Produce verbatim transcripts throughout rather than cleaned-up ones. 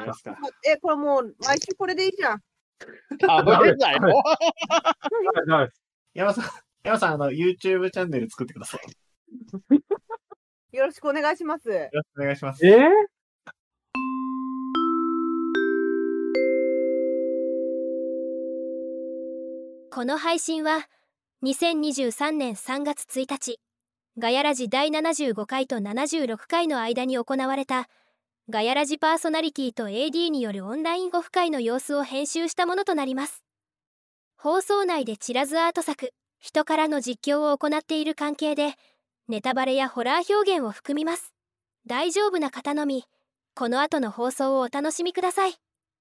いますか。 え、これもう、毎週これでいいじゃん。 あ、無理だよ。 山さん、山さん、あの、YouTube チャンネル作ってください。 よろしくお願いします。 よろしくお願いします。 えー、 この配信はにせんにじゅうさんねんさんがつついたち、ガヤラジだいななじゅうごかいとななじゅうろっかいの間に行われたガヤラジパーソナリティと エーディー によるオンラインオフ会の様子を編集したものとなります。放送内でチラズアート作、人からの実況を行っている関係で、ネタバレやホラー表現を含みます。大丈夫な方のみ、この後の放送をお楽しみください。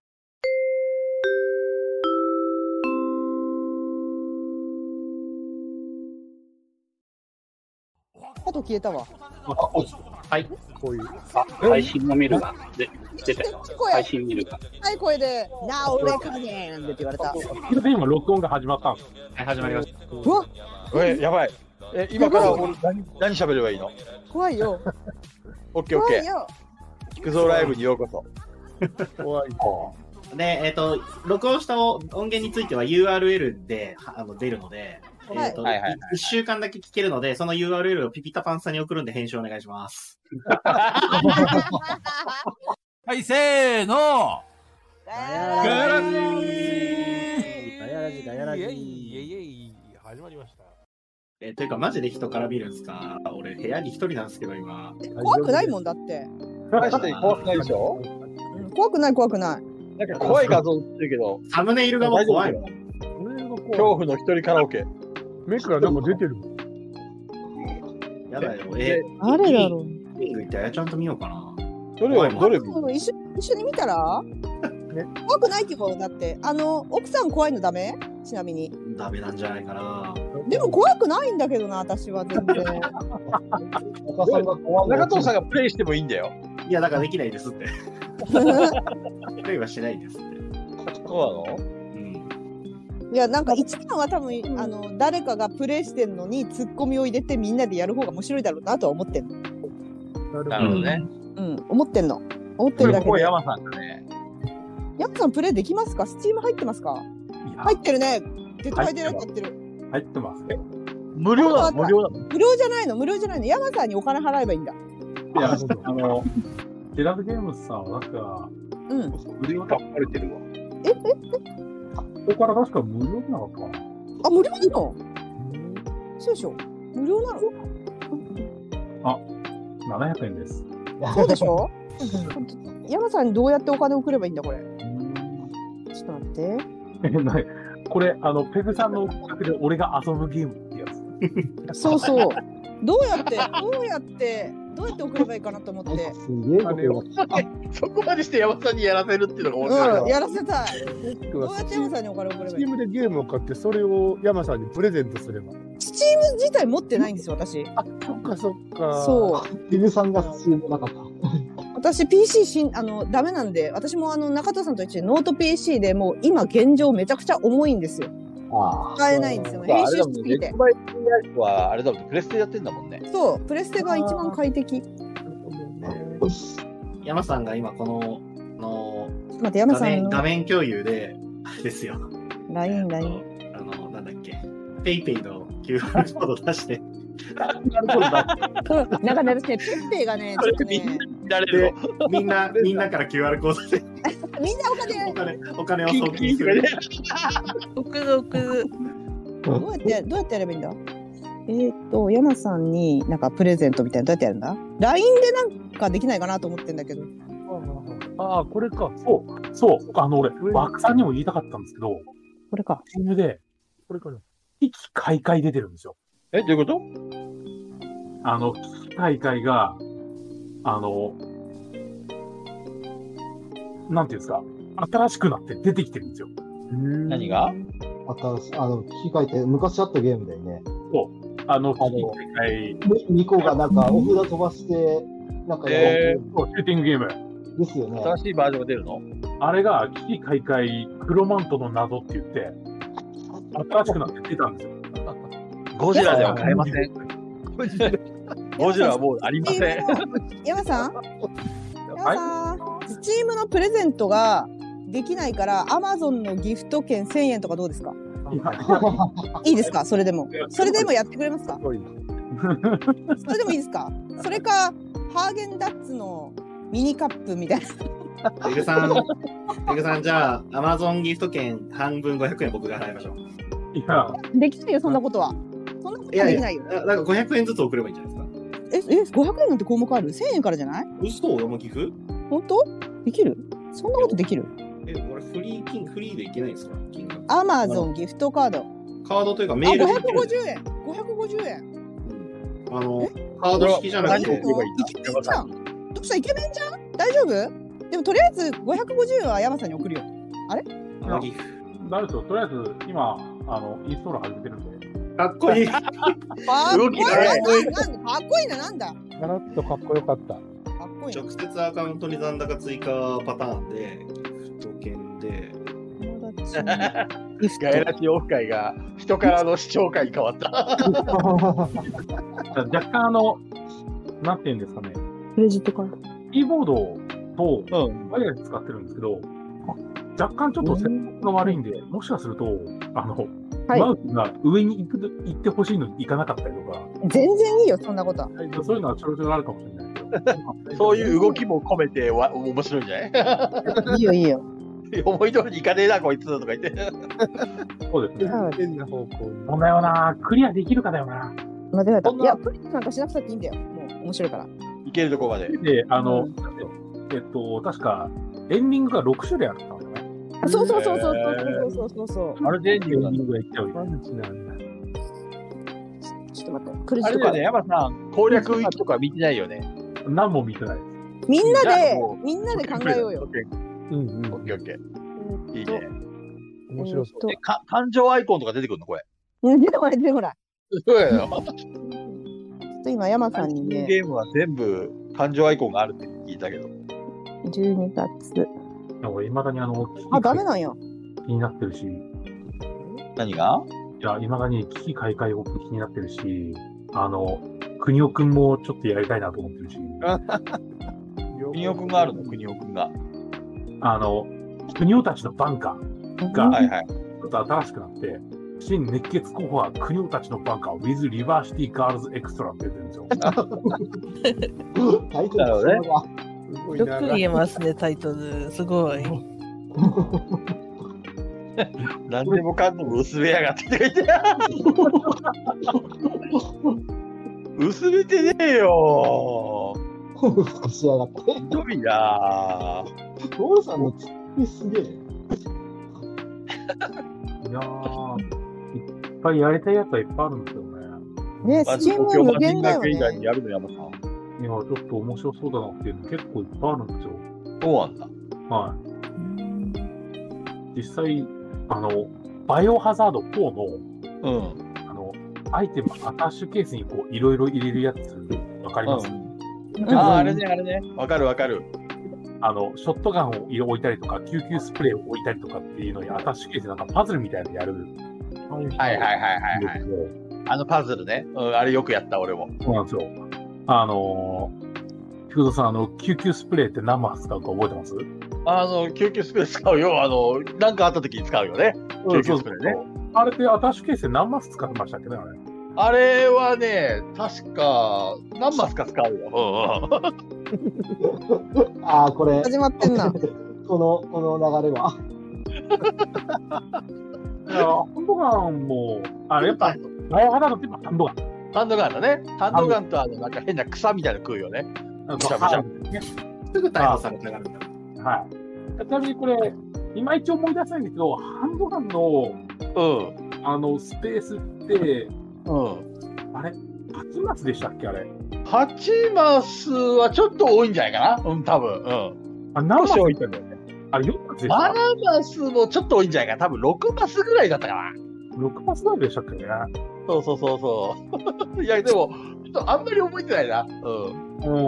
あと消えたわ。 はい。 こういう。 配信の見るが。で、出て。配信見るが。 はい、声で、なおれかねんって言われた。 それで今、録音が始まったんですか？ はい、始まりました。 うわえ、やばい。え、今から俺何何喋ればいいの？ 怖いよ。 オッケーオッケー。菊蔵ライブにようこそ。 怖い。 で、えっ、ー、と、録音した音源については ユーアールエル であの出るので、 はいえーとはいはいはいいっしゅうかんだけ聞けるので、その ユーアールエル をピピタパンさんに送るんで編集お願いします。 はい、せーのガガヤラジジガヤラジガヤラジイエイイエイイエイ始まりました。 えーというか、マジで人から見るんですか？俺、部屋に一人なんですけど、今。 怖くないもんだって。 大して怖くないでしょ？ うん怖くない怖くない。 なんか怖い画像映ってるけど、 サムネイルがもう怖いもん。 恐怖の一人カラオケ。 目からなんか出てる。 やだよ。え誰だろう。 リング行ってあやちゃんと見ようかな。 どれをどれ見そう一緒一緒に見たら、怖くないけど、だってあの奥さん怖いのダメ？ちなみに。 ダメなんじゃないかな。 でも怖くないんだけどな、私は全然。 お母さんが怖い。 中藤さんがプレイしてもいいんだよ。 いや、だからできないですって。プレイはしないですって。 そうなの？ うん。 いやなんか一番は多分あの誰かがプレイしてんのにツッコミを入れてみんなでやる方が面白いだろうなとは思ってんの。 なるほどね。 うん思ってんの。思ってんだけど。 ここ山さんだね。 山さんプレイできますか？スチーム入ってますか？入ってるね。デッドバイデイライトやってる。 入ってます。 無料なの？無料なの？ 無料じゃないの無料じゃないの。山さんにお金払えばいいんだ。 いや、あの、テラスゲームズさんはなんか、 うん。 無料がバレてるわ。 えええここから確か無料じゃなかったかな。 あ無料なの？そうでしょ。無料なの？ あ、ななひゃくえんです。 そうでしょ。山さんにどうやってお金を送ればいいんだこれ。ちょっと待って。 え、なにこれ、あの、ペグさんの企画で俺が遊ぶゲームってやつ。 そうそう。どうやってどうやってどうやって送ればいいかなと思って。 すげえことよ。 そこまでして山さんにやらせるっていうのが面白いな。 うん、やらせたい。どうやって山さんにお金を送ればいい？ スチームでゲームを買って、それを山さんにプレゼントすれば。 スチーム自体持ってないんですよ私。 あ、そっかそっか。 そう。 ピグさんがスチームなかった。 私 ピーシー しんあのダメなんで、私もあの中藤さんと一緒にノート ピーシー でもう今現状めちゃくちゃ重いんですよ。 ああ。 使えないんですよ。編集しすぎて。 はあれだもんね、プレステやってんだもんね。 そう、プレステが一番快適。 山さんが今この、の待って山画面さんの画面共有で、あれですよ。 ラインライン。 あの、なんだっけ。ペイペイの キューアール コードを出して。 なんかね、私ね、ペッペイがね、ちょっとね、 でみんな、みんなから キューアール コードでみんなお金お金、お金を送金する。 送る送る。どうやってどうやってやればいいんだ？えーっと山さんになんかプレゼントみたいなどうやってやるんだ？ ライン でなんかできないかなと思ってんだけど。 ああ、これか。そう、そう。あの、俺、バクさんにも言いたかったんですけど、 これか。 チームで、これかな。危機開会出てるんですよ。 え、どういうこと？ あの、危機開会が、あの、なんていうんですか、新しくなって出てきてるんですよ。 何が？ 新しい、あの、機械って昔あったゲームだよね。 そう。あの、危機開会。 ニコがなんかお札飛ばして、なんかやる、 そう、シューティングゲーム。 ですよね。 新しいバージョンが出るの？ あれが、危機開会、クロマントの謎って言って、新しくなって出たんですよ。 ゴジラでは買えません。ゴジラはもうありません。 山さん山さん、 スチームのプレゼントができないから、アマゾンのギフト券せんえんとかどうですか？いいですか？それでも。それでもやってくれますか？それでもいいですか？それか、ハーゲンダッツのミニカップみたいな。 ペグさん、ペグさん、じゃあ、アマゾンギフト券半分ごひゃくえん僕が払いましょう。 いや、 できないよ、そんなことは。そんなことはできないよ。 いやいや、なんかごひゃくえんずつ送ればいいんじゃないですか。 え、え、ごひゃくえんなんて項目ある？ せんえんからじゃない？ 嘘？山寄付？ 本当？できる？そんなことできる？ え、これフリー金、フリーでいけないんですか？金額。 アマゾンギフトカード。 カードというかメールあ、 でごひゃくごじゅうえん。ごひゃくごじゅうえん。 あの、カード式じゃなくて。 イケメンじゃん。どうしたイケメンじゃん？大丈夫？でもとりあえずごひゃくごじゅうえんは山さんに送るよ。あれ？ 大丈夫ですよ。とりあえず今あのインストール始めてるんで。 かっこいい。 かっこいいな。かっこいいな。なんだ。 ガラッとかっこよかった。 かっこいい。 直接アカウントに残高追加パターンでギフト券で。 ガヤラジオフ会が人からの視聴会に変わった。 若干あのなんていうんですかね。 クレジットカード。 キーボードとワイヤレス使ってるんですけど、若干ちょっと性能が悪いんで、もしかするとあの、はい、マウスが上に行く行ってほしいのに行かなかったりとか。 全然いいよそんなことは。 そういうのはちょろちょろあるかもしれないけど。 そういう動きも込めてわ面白いんじゃない？ いいよいいよ。 思い通りにいかねえなこいつとか言って。 そうですね。変な方向に。問題はな、クリアできるかだよな。 まあでもいやクリアなんかしなくたっていいんだよ。もう面白いから。 いけるとこまで。 で、あの、うん、えっと確かエンディングがろく種類あったんだね。 そうそうそうそうそうそうそうそう。 あれでエンディングがいっちゃうよ。 ちょっと待って。クリあれだよね、山さん攻略とか見てないよね。 何も見てないです。 みんなでみんなで考えようよ。 うんうん。オッケーオッケー。いいね。 面白そう。 え、か感情アイコンとか出てくるのこれ。 うん、出てこない出てこない。 そうやよ。 ちょっと今山さんにね。 ゲームは全部感情アイコンがあるって聞いたけど。 じゅうにがつ。 いまだにあの、 あ、ダメなんや。 気になってるし。 何が？ いや、いまだに危機開会僕気になってるし、あの、国尾くんもちょっとやりたいなと思ってるし。 国尾くんがあるの？国尾くんが。 あの、国尾たちのバンカーが、 はいはい、 ちょっと新しくなって、新熱血候補は国尾たちのバンカー with University Girls Extra って出てるんですよ。 タイトルね。 よく言えますね、タイトル。すごい。 何でもかんでも薄めやがってって言って。薄めてねえよー。仕上がって。 ひどいなぁ。父さんのツッコミすげえ。いやー、いっぱいやりたいやつはいっぱいあるんですよね。 ね、スチーム無限だよね。 以外にやるの山さん。 いや、ちょっと面白そうだなっていうの結構いっぱいあるんですよ。 そうなんだ。 はい。実際、あの、バイオハザードフォーの、 うん、 あの、アイテム、アタッシュケースにこう、いろいろ入れるやつ、わかります？ うん、ああ、あれね、あれね。わかるわかる。 あの、ショットガンを置いたりとか、救急スプレーを置いたりとかっていうのに、アタッシュケースでなんかパズルみたいなのやる。 はいはいはいはいはい。あのパズルね。うん、あれよくやった、俺も。 そうなんですよ。あのー、菊田さん、あの、救急スプレーって何マス使うか覚えてます？ あの、救急スプレー使うよ。あの、なんかあった時に使うよね。救急スプレーね。 あれってアタッシュケースで何マス使ってましたっけね、あれ。 あれはね、確か、何マスか使うよ。 ああ、これ。 始まってんな。この、この流れは。 いや、ハンドガンも、あれやっぱ、バイオハザードって言えばハンドガン。 ハンドガンだね。ハンドガンとあの、なんか変な草みたいなの食うよね。 むしゃむしゃ。すぐ逮捕されたがるんだ。 はい。ちなみにこれ、いまいち思い出せないんだけど、ハンドガンの、 うん。 あの、スペースって、 うん。 あれ、はちマスでしたっけ、あれ。 はちマスはちょっと多いんじゃないかな。うん、多分。うん。 あ、何マス置いてんだよね。あれ、よんマスでした。 ななマスもちょっと多いんじゃないかな。多分ろくマスぐらいだったかな。 ろくマスぐらいでしたっけね。 そうそうそうそう。いや、でも、ちょっとあんまり覚えてないな。うん。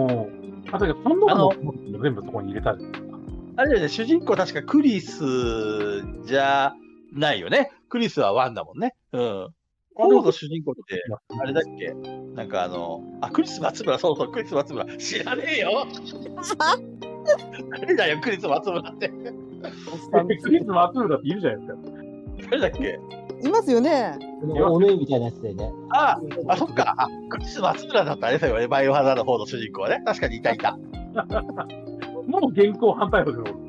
うん。あ、だけど、ハンドガンの全部そこに入れたじゃないですか。 あれだよね、主人公確かクリスじゃないよね。クリスはワンだもんね。うん。今度の主人公って、あれだっけなんかあの、あ、クリス松村、そうそう、クリス松村。知らねえよ誰だよ、クリス松村って。 クリス松村っているじゃないですか。 誰だっけ？ いますよね。 おねえみたいなやつでね。 ああ、そっか。あ、クリス松村だったあれですよね。バイオハザードフォーの主人公はね。確かにいたいた。 もう現行反対法ですよ。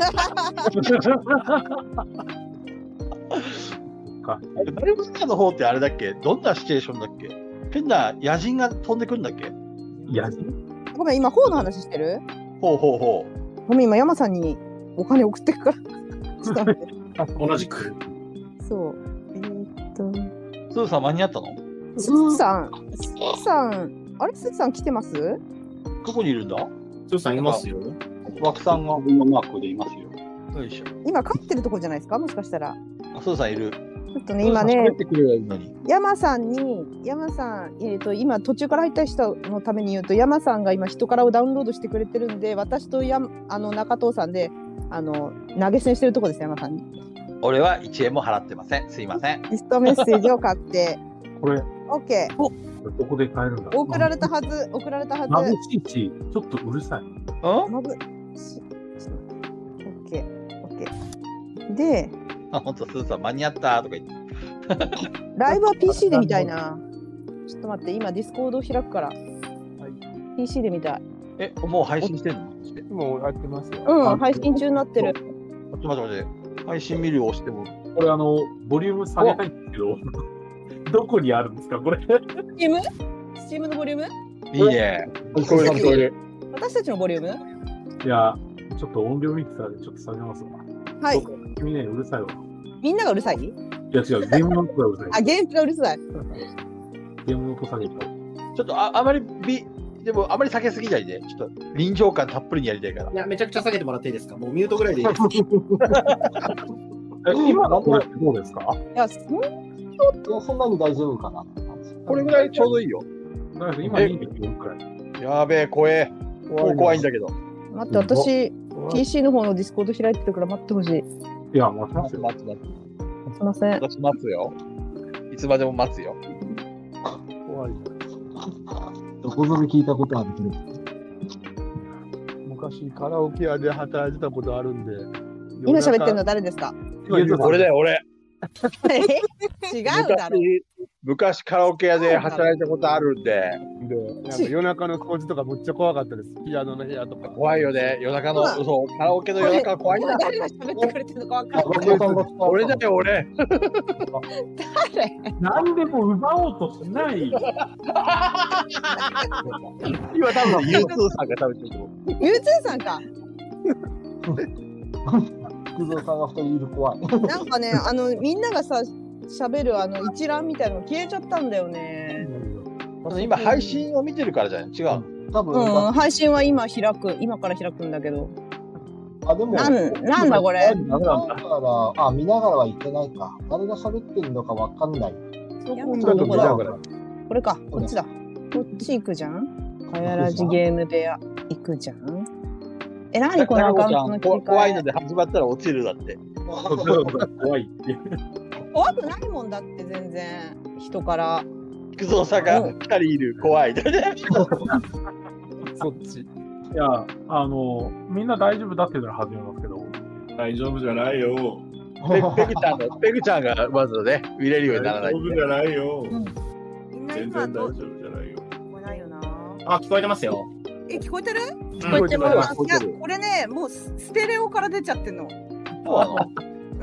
バイオハザードフォーってあれだっけ？どんなシチュエーションだっけ？変な野人が飛んでくるんだっけ？ 野人？ ごめん、今、フォーの話してる？ ほうほうほう。ごめん、今、山さんにお金送ってくから。ちょっと待って。 同じく。 そう。えー、っと。 スーさん間に合ったの？ スーさん、スーさん、あれ、スーさん来てます？ どこにいるんだ？ スーさんいますよ。 枠さんが今マークでいますよ。 よいしょ。 今、帰ってるとこじゃないですか？もしかしたら。 あ、スーさんいる。 ちょっとね、今ね、山さんに、山さん、えーと、今途中から入った人のために言うと、山さんが今人からをダウンロードしてくれてるんで、私とやあの中藤さんであの投げ銭してるとこです、山さんに。 俺はいちえんも払ってません。すいません。 リストメッセージを買って、 これ、 OK。 どこで買えるんだ？ 送られたはず、送られたはず。 まぶしいし、ちょっとうるさい。 うん？ まぶし、OK、OK。で、 あ、ほんと、スーさん間に合ったとか言って。 ライブは ピーシー で見たいな。ちょっと待って、今ディスコードを開くから。はい、ピーシー で見たい。 え、もう配信してんの？ もうやってますよ。 うん、配信中になってる。 ちょっと待って待って。配信見るを押しても。 これあの、ボリューム下げたいんですけど、どこにあるんですか、これ。 スチーム？スチームのボリューム？ いいね。聞こえる聞こえる。 私たちのボリューム？ いや、ちょっと音量ミキサーでちょっと下げますわ。 はい。 君ね、うるさいわ。 みんながうるさい？ いや違う、ゲームの音がうるさい。 あ、ゲームがうるさい。 ゲームの音下げた。 ちょっとああまりビ、でもあまり下げすぎないで、ちょっと臨場感たっぷりにやりたいから。 いや、めちゃくちゃ下げてもらっていいですか？もうミュートぐらいでいいです。 今のこれどうですか？ いや、そんなそんなに大丈夫かな。 これぐらいちょうどいいよ。 今にてきよんくらい。 やべえ、怖え。もう怖いんだけど。 待って、私、ピーシー の方のディスコード開いてるから待ってほしい。 いや、待ちますよ。 待つ待つ。 すいません。 私待つよ。いつまでも待つよ。 怖い。 どこぞで聞いたことあるけど。 昔カラオケ屋で働いてたことあるんで。 今喋ってるの誰ですか？ 俺だよ、俺。 違うだろ。 昔カラオケ屋で働いたことあるんで。 で、なんか夜中の掃除とかむっちゃ怖かったです。ピアノの部屋とか。 怖いよね。夜中の、そう、カラオケの夜中は怖いんだ。 誰が喋ってくれてるのか分かんない。 俺だよ、俺。 誰？ 何でも奪おうとしない。 今多分ユーツーさんが食べてると思う。 ユーツーさんか。 福蔵さんがふたりいる怖い。 なんかね、あのみんながさ喋るあの一覧みたいなの消えちゃったんだよね。 今配信を見てるからじゃない？違う。 多分、 うん、配信は今開く、今から開くんだけど。 あ、でも、 なん、なんだこれ。 見ながら、あ、見ながらは言ってないか。誰が喋ってるのかわかんない。 これか、こっちだ。こっち行くじゃん。かやらじゲーム部屋行くじゃん。え、なにこのアカウントの切り替え。 怖いので始まったら落ちるだって。 怖いって。 怖くないもんだって全然人から。 菊蔵さんがふたりいる、怖い。 そっち。 いや、あの、みんな大丈夫だって言うなら始めますけど。 大丈夫じゃないよ。 ペグちゃんの、ペグちゃんがまずね、見れるようにならない。 大丈夫じゃないよ。 みんな全然大丈夫じゃないよ。 聞こえないよな。 あ、聞こえてますよ。 え、聞こえてる？ 聞こえてます。 いや、これね、もうステレオから出ちゃってんの。うん。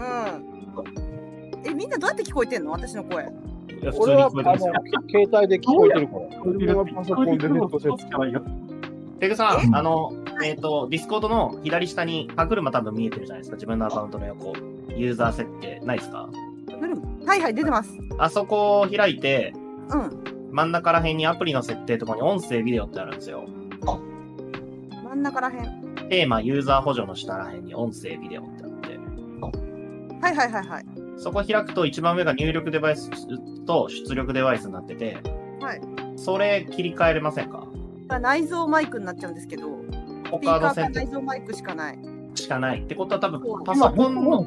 え、みんなどうやって聞こえてんの？私の声。 俺はあの携帯で聞こえてるから。 俺はパソコンでネットで使うよ。 ペグさん、あの、えっと、ディスコードの左下に歯車多分見えてるじゃないですか。自分のアカウントの横。ユーザー設定ないですか？ はいはい、出てます。 あそこを開いて、 うん。 真ん中ら辺にアプリの設定とかに音声、ビデオってあるんですよ。 真ん中ら辺。 テーマ、ユーザー補助の下ら辺に音声、ビデオってあって。 はいはいはいはい。 そこ開くと一番上が入力デバイスと出力デバイスになってて、 はい。 それ切り替えれませんか？ 内蔵マイクになっちゃうんですけど、スピーカーか内蔵マイクしかない。 しかない。ってことは多分パソコンの。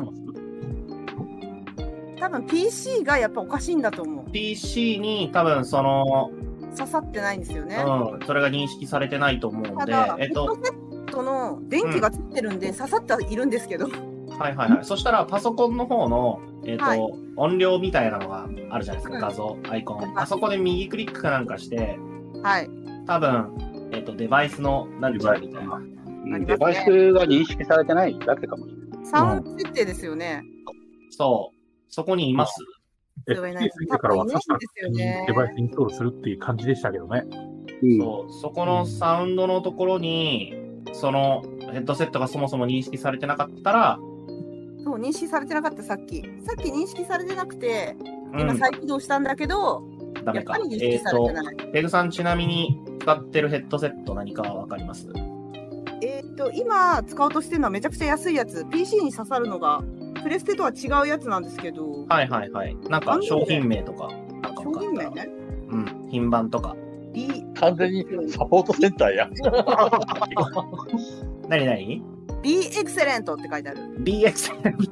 多分 ピーシー がやっぱおかしいんだと思う。 ピーシー に多分その、 刺さってないんですよね。 うん。それが認識されてないと思うんで、えっと、 トの電気がついてるんで、うん、刺さっているんですけど。 はいはいはい。そしたらパソコンの方の、えーとはい、音量みたいなのがあるじゃないですか、画像、アイコン。あそこで右クリックかなんかして、 はい。 多分、えっと、デバイスの何時みたいな。 デバイスが認識されてないだけかもしれない。 サウンド設定ですよね。 そう。そこにいます。 え、ついてからはさしたデバイスインストールするっていう感じでしたけどね。 そう。そこのサウンドのところに、そのヘッドセットがそもそも認識されてなかったら、 そう、認識されてなかった、さっき。さっき認識されてなくて、今再起動したんだけど、 うん、ダメか。えっと、ペグさんちなみに使ってるヘッドセット何かわかります？ えっと、今使おうとしてるのはめちゃくちゃ安いやつ。ピーシー に刺さるのが、プレステとは違うやつなんですけど。 はいはいはい。なんか商品名とか。 商品名ね。 うん。品番とか。 B、完全にサポートセンターや。 何何 ？B エクセレントって書いてある。 B エクセレント。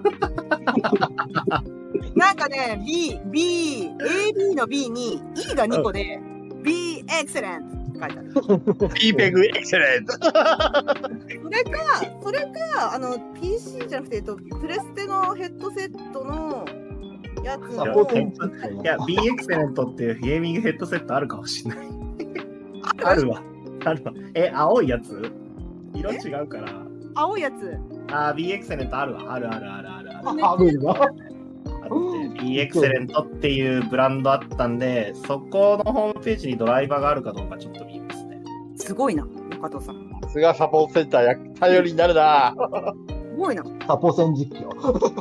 なんかね、B、B、エービー の B に E がにこで、うん、B エクセレントって書いてある。 B ペグエクセレント。 それか、それか、あの、ピーシー じゃなくて、えっと、プレステのヘッドセットのやつの。 いや、B エクセレントっていうゲーミングヘッドセットあるかもしれない。あるわ。あるわ。え、青いやつ？色違うから。 青いやつ。 あー、B エクセレントあるわ。あるあるあるあるある。 あるわ。 B エクセレントっていうブランドあったんで、そこのホームページにドライバーがあるかどうかちょっと見ますね。 すごいな、加藤さん。 さすがサポートセンターや頼りになるな。 すごいな。 サポセン実況。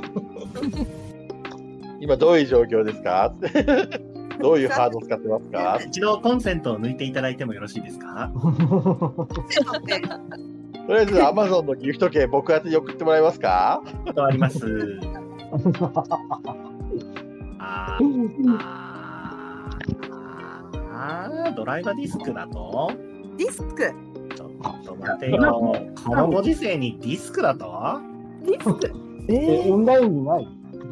今どういう状況ですか？どういうハードを使ってますか？ 一度コンセントを抜いていただいてもよろしいですか？ とりあえず Amazon のギフト券僕宛てに送ってもらえますか？ とあります。あーあードライバーディスクだと？ ディスク？ ちょっと待てよ。このご時世にディスクだと？ ディスク？ えー、オンラインにない？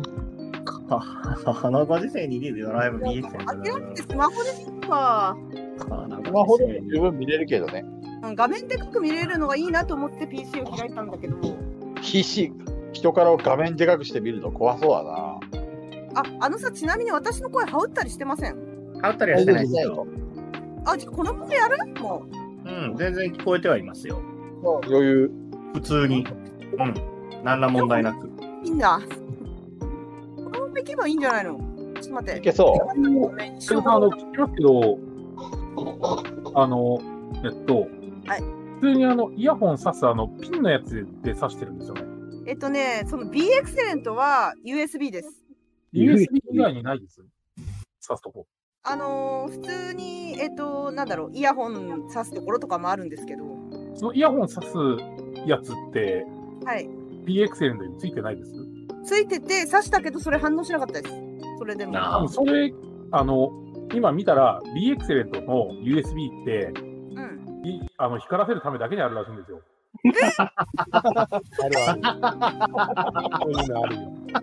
このご時世にドライブ ビーエックス諦めてスマホで見るか。 スマホで十分見れるけどね。 画面でかく見れるのがいいなと思って ピーシー を開いたんだけど。 ピーシー、人から画面でかくして見るの怖そうだな。 あ、あのさ、ちなみに私の声羽織ったりしてません？ 羽織ったりはしてないですよ。 あ、じゃあこのままやる？もう。うん、全然聞こえてはいますよ。 余裕。 普通に。うん。何ら問題なく。 いいんだ。このまま行けばいいんじゃないの？ちょっと待って。 いけそう。 あの、聞きますけど、あの、えっと、 はい、 普通にあのイヤホン挿すあのピンのやつで挿してるんですよね。 えっとね、その B エクセレントは ユーエスビー です。 ユーエスビー 以外にないです。挿すとこ。 あのー、普通に、えっと、なんだろう、イヤホン挿すところとかもあるんですけど。 そのイヤホン挿すやつって、 はい。 B エクセレントについてないです？ ついてて、挿したけど、それ反応しなかったです。それでも。 あそれ、あの、今見たら B エクセレントの ユーエスビー って、 うん、 あの光らせるためだけにあるらしいんですよ。 あるある。そういうのあるよ。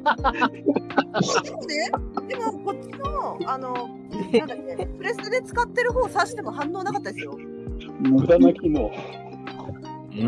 そうね。でもこっちのあのなんだっけプレスで使ってる方を挿しても反応なかったですよ。 無駄な機能。 うん。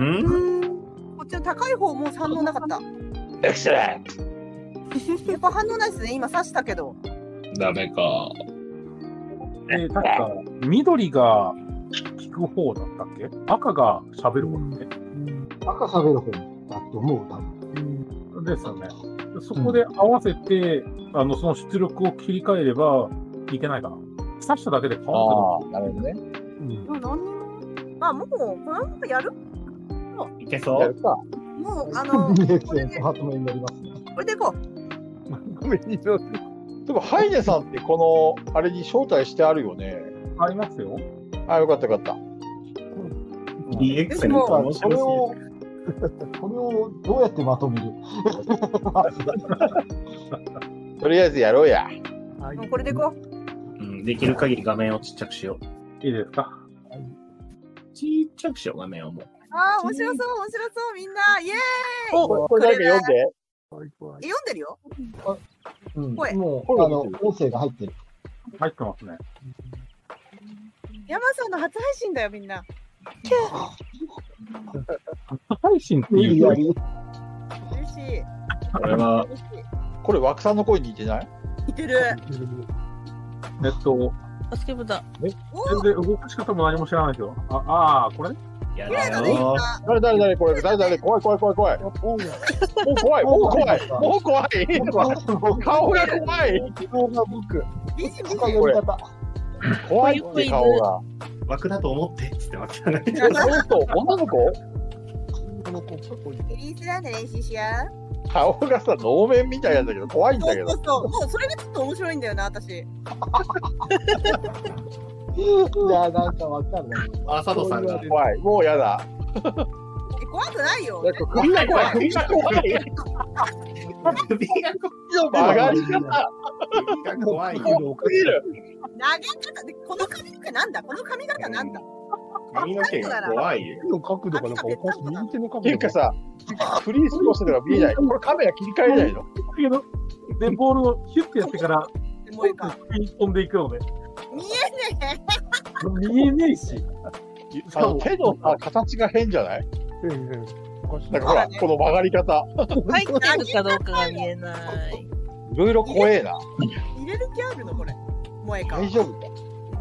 こっちの高い方も反応なかった。 エクセレント。やっぱ反応ないですね。今挿したけど。 ダメか。 えー、確か緑が聞く方だったっけ？赤が喋る方だっけ？ 赤喋る方だと思う、多分。ですよね。そこで合わせて、うん、あのその出力を切り替えればいけないかな。刺しただけで変わる。ああ、なるほどね。 うん、何にも。まあもうこのままやる？ いけそう？やるか。 もうあのこれでハートメになりますね。 これでいこう。 ごめんに乗る。 でもハイネさんってこのあれに招待してあるよね。 ありますよ。 あ、よかったよかった。 ディーエックス の面白すぎる。 これをどうやってまとめる？ とりあえずやろうや。 はい、もうこれでいこう。 うん、できる限り画面をちっちゃくしよう。いいですか？はい、 ちっちゃくしよう、画面をもう。 ああ、面白そう、面白そう、みんな、イエーイ！ お、これ誰か読んで。 読んでるよ。 うん、声もう、あの、音声が入ってる。 入ってますね。 山さんの初配信だよ、みんな。 配信っていうより。 嬉しい。 これは、 これ、枠さんの声に似てない？ 似てる。 えっと、 あ、スケブだ。 え、全然動かし方も何も知らないけど。あ、あー、これね。 や綺麗だね、 だよ。 誰誰誰これ誰誰怖い怖い怖い怖い。もう怖いもう怖いもう怖い。顔が怖い。 顔が僕。 美人美近人。 寄り方。 怖いって顔が。 枠だと思ってっつって枠がね。 そう女の子？ エリースランド練習しよう。 顔がさ能面みたいなんだけど怖いんだけど。 そうそう、もうそれがちょっと面白いんだよな、私。 いや、なんかわかるな。 あ、佐藤さんが。 怖い。もうやだ。 え、怖くないよ。 なんか首が怖い。首が怖い。 首が曲がり方。 怖いよ。 すぎる。 投げ方で、この髪の毛なんだ、この髪型なんだ。 髪の毛が怖いよ。 手の角度がなんかおかしい。右手の角度。 っていうかさ、フリースローしてるのが見えない。これカメラ切り替えないの？ だけど、で、ボールをヒュッてやってから、 もういいか。 飛んでいくので。 見えねえ。 見えねえし。 あの手のさ形が変じゃない？ 変変。おかしい。 なんかほら、この曲がり方。 入ってるかどうかが見えない。 いろいろ怖えな。 入れる気あるのこれ。萌えか。 大丈夫か？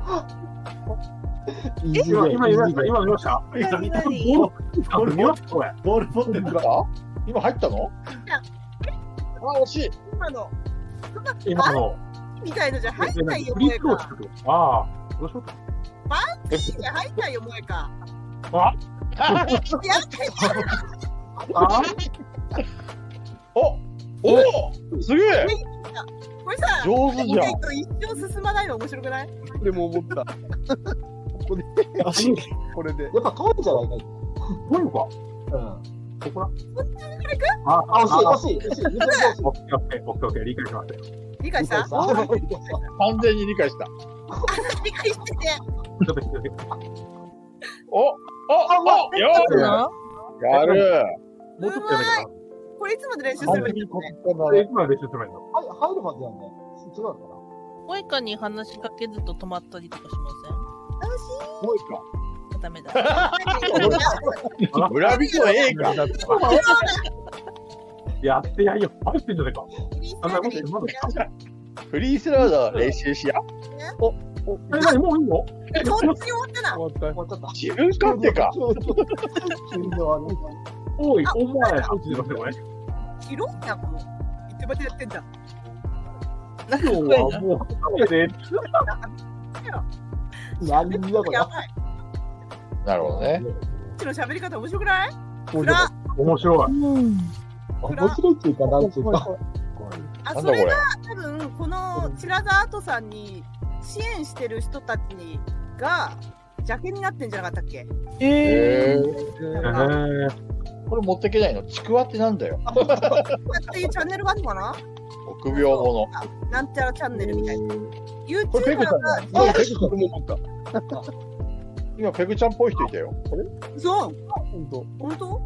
今、今見ました、今見ました。 何何ボール、見ましたこれ。 ボール持ってるか？今入ったの？あ、惜しい。 今の。 今の。 みたいのじゃ入んないよ、 フリ萌えか。 ースローしてくる。ああ、どうしようか。 バンティーじゃ入んないよ、萌えか。 あやってあおおすげえこれさ、 上手じゃん。 意外と一生進まないの面白くない？ でも思った。ここで、これで。 やっぱ遠いんじゃないか。 遠いのか。 うん。 ここだ。 あ、あ、惜しい、惜しい、惜しい。 オッケー、オッケー、オッケー、オッケー、理解しましたよ。 理解した？ 完全に理解した。 理解してて。 ちょっと聞いて。 おおおよーやるもうちょっとやめてかこれいつまで練習すればいいの？ これいつまで練習すればいいの？ 入るはずやんね。違うかな。 萌えかに話しかけずと止まったりとかしまもういいか。 せん？ダメだ。 村人の映画。 やってやいよ。入ってんじゃねえか。あ、な、待って、まだ。 フリースローの練習しや。 お、お、え、なに、もういいの？ こっち終わったな。 自分勝手か。 おい、お前、入ってますよ、これ。 広いな、もう。いつまでやってんじゃん。 今日はもう、カメで。 何だこれ。 やばい。 なるほどね。 こっちの喋り方面白くない？ 面白い。 面白いっていうか、なんていうか。 あ、それが多分このチラザアートさんに支援してる人たちが邪険になってんじゃなかったっけ？ ええー、これ持ってけないの？ちくわってなんだよ。 っていうチャンネルがあるのかな？ 臆病者。 なんちゃらチャンネルみたいな。 これペ YouTuber グちゃんがだ。ペグちゃんも思った。今ペグちゃんっぽい人いたよ。これ？ そう。 本当。 本当？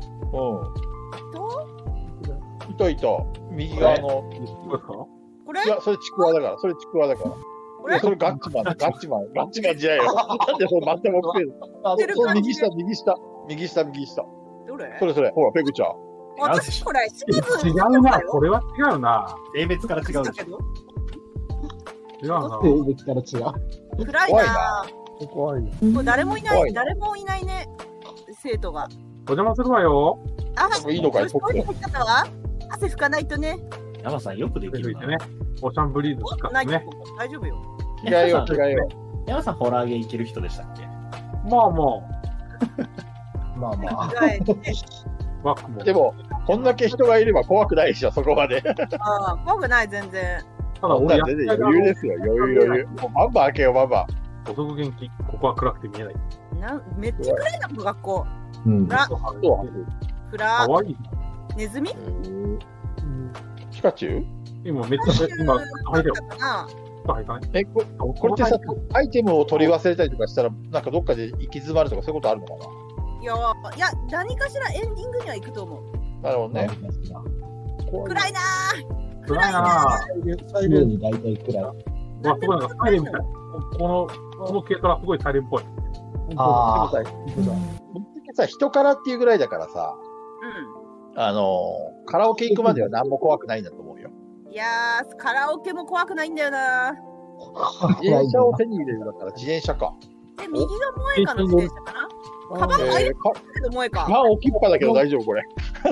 うん。いたいた。右側の。 これ？ いや、それちくわだから。それちくわだから。いや、それガッチマンだ。ガッチマン。ガッチマンじゃないよ。なんでそれ全く持ってるの？そう、右下、右下。右下、右下。 どれ？ それそれ。ほら、ペグちゃん。 私これ、 違うな。これは違うな。 性別から違うでしょ。 違うな。 性別から違う。 暗いな。 怖いな。 これ誰もいない、誰もいないね。生徒が。 お邪魔するわよ。 あ、 いいのかい？ トイレ入ったわ。汗拭かないとね。 山さんよくできるな。 ね。オシャンブリーズ使ってね。 大丈夫よ。 違うよ、違うよ。 山さんホラーゲーいける人でしたっけ？ まあまあ。 まあまあ。 でも、こんだけ人がいれば怖くないでしょ、そこまで。 ああ、怖くない、全然。 ただ俺、 全然余裕ですよ、余裕余裕。もうバンバン開けよ、バンバン。 お得元気、ここは暗くて見えない。 なめっちゃ暗いな、この学校。 うん。 暗。暗。 かわいい。 ネズミ？ ピカチュウ？ 今めっちゃ、今、入れよ。 え、ここれってさ、アイテムを取り忘れたりとかしたら、なんかどっかで行き詰まるとかそういうことあるのかいや、いや、何かしらエンディングには行くと思う。 なるほどね。 暗いなぁ。暗いなぁ。サイレンに大体暗い。 わ、すごいなんかサイレンみたい。この、この系からすごいサイレンっぽい。 ああ。 持ってさ、人からっていうぐらいだからさ、 うん。 あのー、カラオケ行くまでは何も怖くないんだと思うよ。 いやー、カラオケも怖くないんだよな。 自転車を手に入れるんだったら自転車か。 え、右が萌えかの自転車かな。カバン入るけど萌えか。 カバン置きっぱだけど大丈夫これ。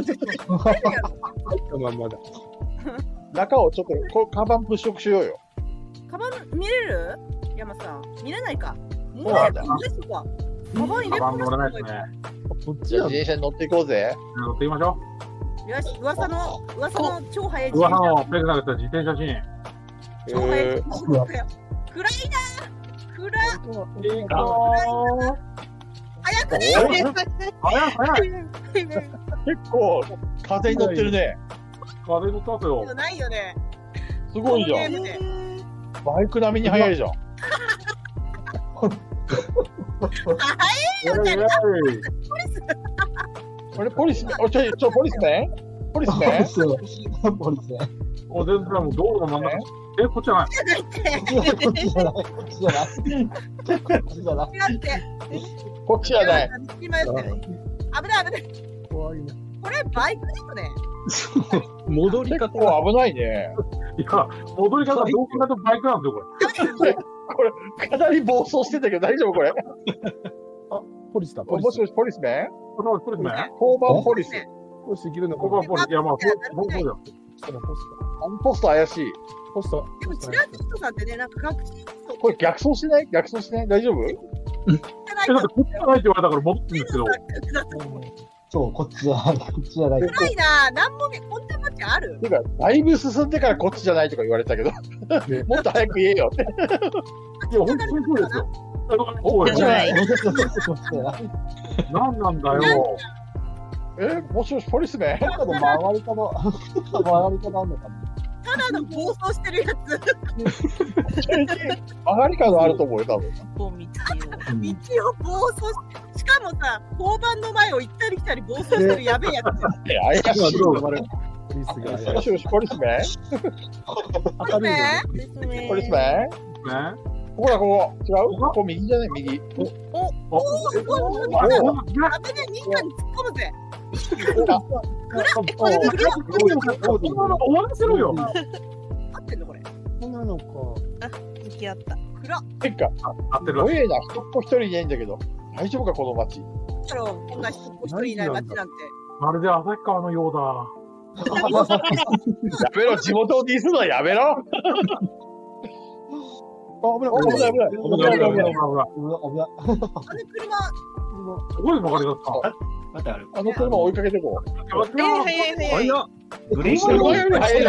まんまだ。 中をちょっとこカバン物色しようよ。 カバン見れる？山さん見れないか。見れないか。カバン入れカバン乗らないですね。 こっちは自転車に乗っていこうぜ。 乗っていきましょう。よし、噂の噂の超速い自転車。噂のペグナゲット自転車シーン。 超速い自転車。暗いな。暗い。いいか。早くね。 早い早い。結構風に乗ってるね。 風に乗ってますよ。 ないよね。 すごいじゃん。バイク並みに速いじゃん。 速いよね。 あれポリス、あ、ちょ、ちょ、ポリスね。ポリスね。 ポリスね。 お、全然もう道路の真ん中。え、こっちじゃない。 こっちじゃない。こっちじゃない。こっちじゃない。 こっちじゃない。 危ない危ない。 怖いな。 これバイクですね。 戻り方は危ないね。 いや、戻り方どう考えてもバイクなんですよ、これ。 これ、かなり暴走してたけど大丈夫これ。 あ、ポリスだ。 もしもし、ポリスメンポリスメン交番ポリス。 ポリスできるのか。 交番ポリス。いや、まあ、僕だよ。 ポスト怪しい。 ポスト。 でも、チラッとさんってね、なんか確信。 これ逆走しない逆走しない大丈夫？ え、だってこっちじゃないって言われたから戻ってるんですけど。 そう、こっちじゃない。こっちじゃない。 暗いな。何も見、コンテンツある？ てか、だいぶ進んでからこっちじゃないとか言われたけど、もっと早く言えよって。 いや、本当にそうですよ。 こっちじゃない。 何なんだよ。 え、もしもし、ポリスメン？ 曲がり方、曲がり方あんのかな。 ただの暴走してるやつ。 曲がり角あると思うよ、多分。 道を暴走し、しかもさ、交番の前を行ったり来たり暴走してるやべえやつ。 え、怪しい。 もしもし、ポリスメン？ ポリスメン？ ポリスメン？ここだ、ここ。違う？ここ右じゃない、右。 お、お、お、すごい。危ねえ、民家に突っ込むぜ。暗っ。これで暗っ。 終わらせろよ。 合ってんのこれ。 そうなのか。 あ、行き合った。暗っ。 てか、 合ってる。 怖えな、人っ子一人いないんだけど。大丈夫か、この街。 だろう、こんな人っ子一人いない街なんて。 まるで旭川のようだ。 やめろ、地元をディスるのはやめろ。あ、危ない、危ない、危ない。 危ない、危ない、危ない。 危ない。 あの車。 すごい曲がりだった。 あの車追いかけてこう。 早い早い早い。 グレーション早い早い。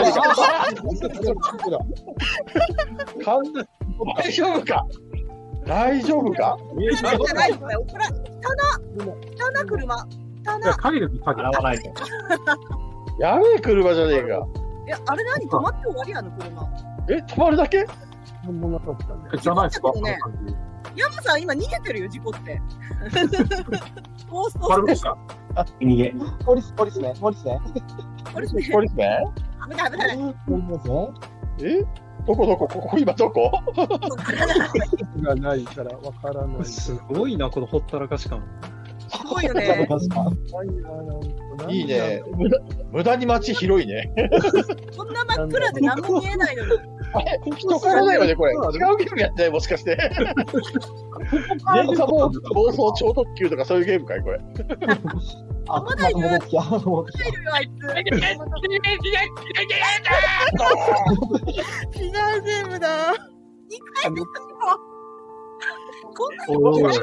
大丈夫か大丈夫かじゃないこれ。これ、棚。棚車。棚。 鍵です、鍵。 洗わないと。 やべえ車じゃねえか。 え、あれ何止まって終わりやの車。 え、止まるだけなんもなかったね。 じゃないですか。 山さん今逃げてるよ、事故って。暴走してる。 あ、逃げ。 ポリス、ポリスね、ポリスね。 ポリスね。 ポリスね。 危ない危ない。 ポリスね。 えどこどこここ今どこがないからわからない。 すごいな、このほったらかし感。 すごいよね。 いいね。無駄、無駄に街広いね。 こんな真っ暗で何も見えないのに。 あれ人からだよね、これ。違うゲームやってないもしかして。電車暴走超特急とかそういうゲームかいこれ。 あ、 まだいる。 戻ってきた。戻ってきた。いるよ、あいつ。違うゲームだ。にかいめこんなに大きい。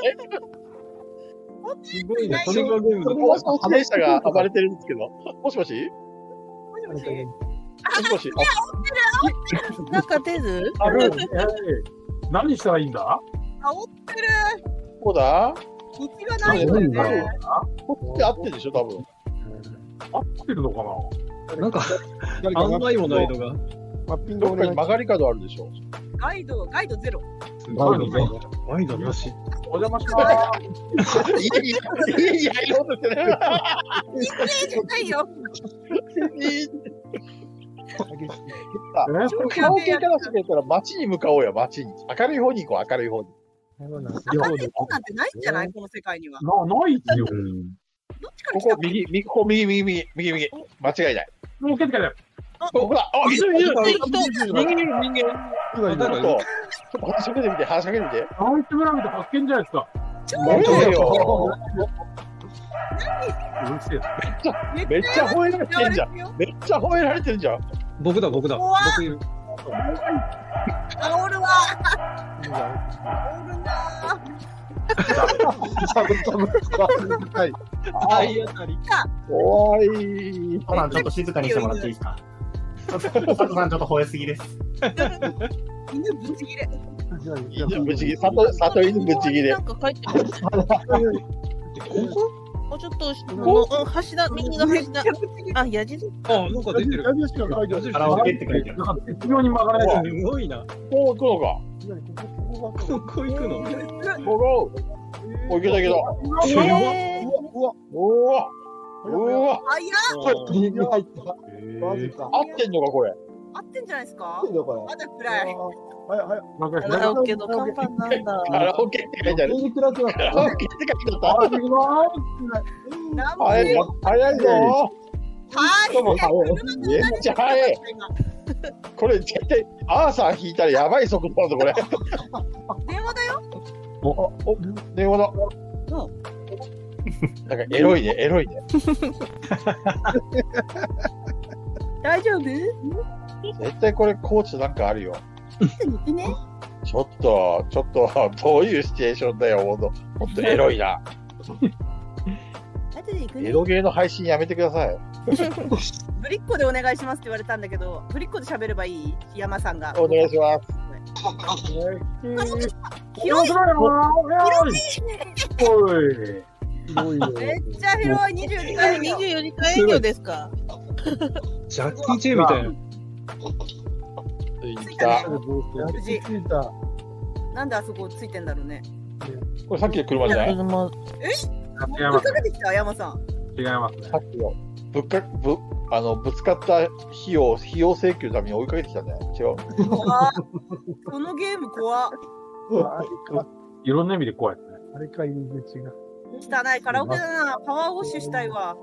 すごいね、これがゲームだ。 暴走自転車が暴れてるんですけど。もしもしもしもしもしもしなんか出るある何したらいいんだ煽ってるこうだ道がないんだよね。 こっち合ってるでしょ、多分。 合ってるのかななんか、案内もないのが。 マッピングどっかに曲がり角あるでしょ。 ガイド、ガイドゼロ。 ガイドゼロ。ガイドなし。 お邪魔します。 家に、家に入ろうとしてね。 家じゃないよ。 カラオケからしてたら街に向かおうよ、街に。明るい方に行こう、明るい方に。 なんてないんじゃないこの世界には。 な、ないっすよ。 ここ、右、右、ここ、右、右、右、右、右。間違いない。 もう、けてかだよ。 ここだ。あ、いる、いる、いる。 人間、人間。 ちょっと話しかけてみて、話しかけてみて。 ナイトブラウンって発見じゃないですか。 本当だよ。 うるせえ。 めっちゃ褒められてんじゃん。めっちゃ褒められてるじゃん。 僕だ、僕だ。僕いる。 煽るわ煽るなはい。 体当たり。 おい。 コナンちょっと静かにしてもらっていいですか。佐藤さんちょっと吠えすぎです。 犬ぶち切れ。 犬ぶち切れ。佐藤、佐藤犬ぶち切れ。 なんか書いてます。もうちょっと、この、うん、柱、右の柱。あ、矢印。 あ、なんか出てる。 矢印が書いてある。 カラオケって書いてある。 なんか絶妙に曲がらない。 すごいな。 こう行くのか。 ここ行くの。 ここ。お、いけたいけた。うわ。うわ。うわ。 あ、いや。 右に入った。マジか。 合ってんのか、これ。 合ってんじゃないですか。 合ってんのこれ。 まだ暗い。 はいはい。 カラオケの看板なんだ。 カラオケって書いてある。 右暗くなった。 カラオケって書いてあった。 早いぞ。早いぞ。 はい。 めっちゃ早い。これ絶対アーサー引いたらやばい速度だぞこれ。 電話だよ。 お、お、電話だ。なんかエロいね、エロいね。 大丈夫？ 絶対これコーチなんかあるよ。 ね、 ちょっと、ちょっと、どういうシチュエーションだよ、ほんと。ほんとエロいな。エロゲーの配信やめてください。 ぶりっ子でお願いしますって言われたんだけど、ぶりっ子で喋ればいい？山さんが。 お願いします。 広い。 広い。 めっちゃ広い。にじゅうよじかん。 にじゅうよじかん営業ですか。 ジャッキー・チェンみたいな。 着いた。 無事。なんであそこついてんだろうね。 これさっきの車じゃない？ え？追いかけてきた山さん。 違いますね。 さっきのぶっかぶあのぶつかった費用費用請求のために追いかけてきたね。違う。 怖っ。このゲーム怖っ。 いろんな意味で怖いですね。 あれか入り口が。 汚いカラオケだな。パワーウォッシュしたいわ。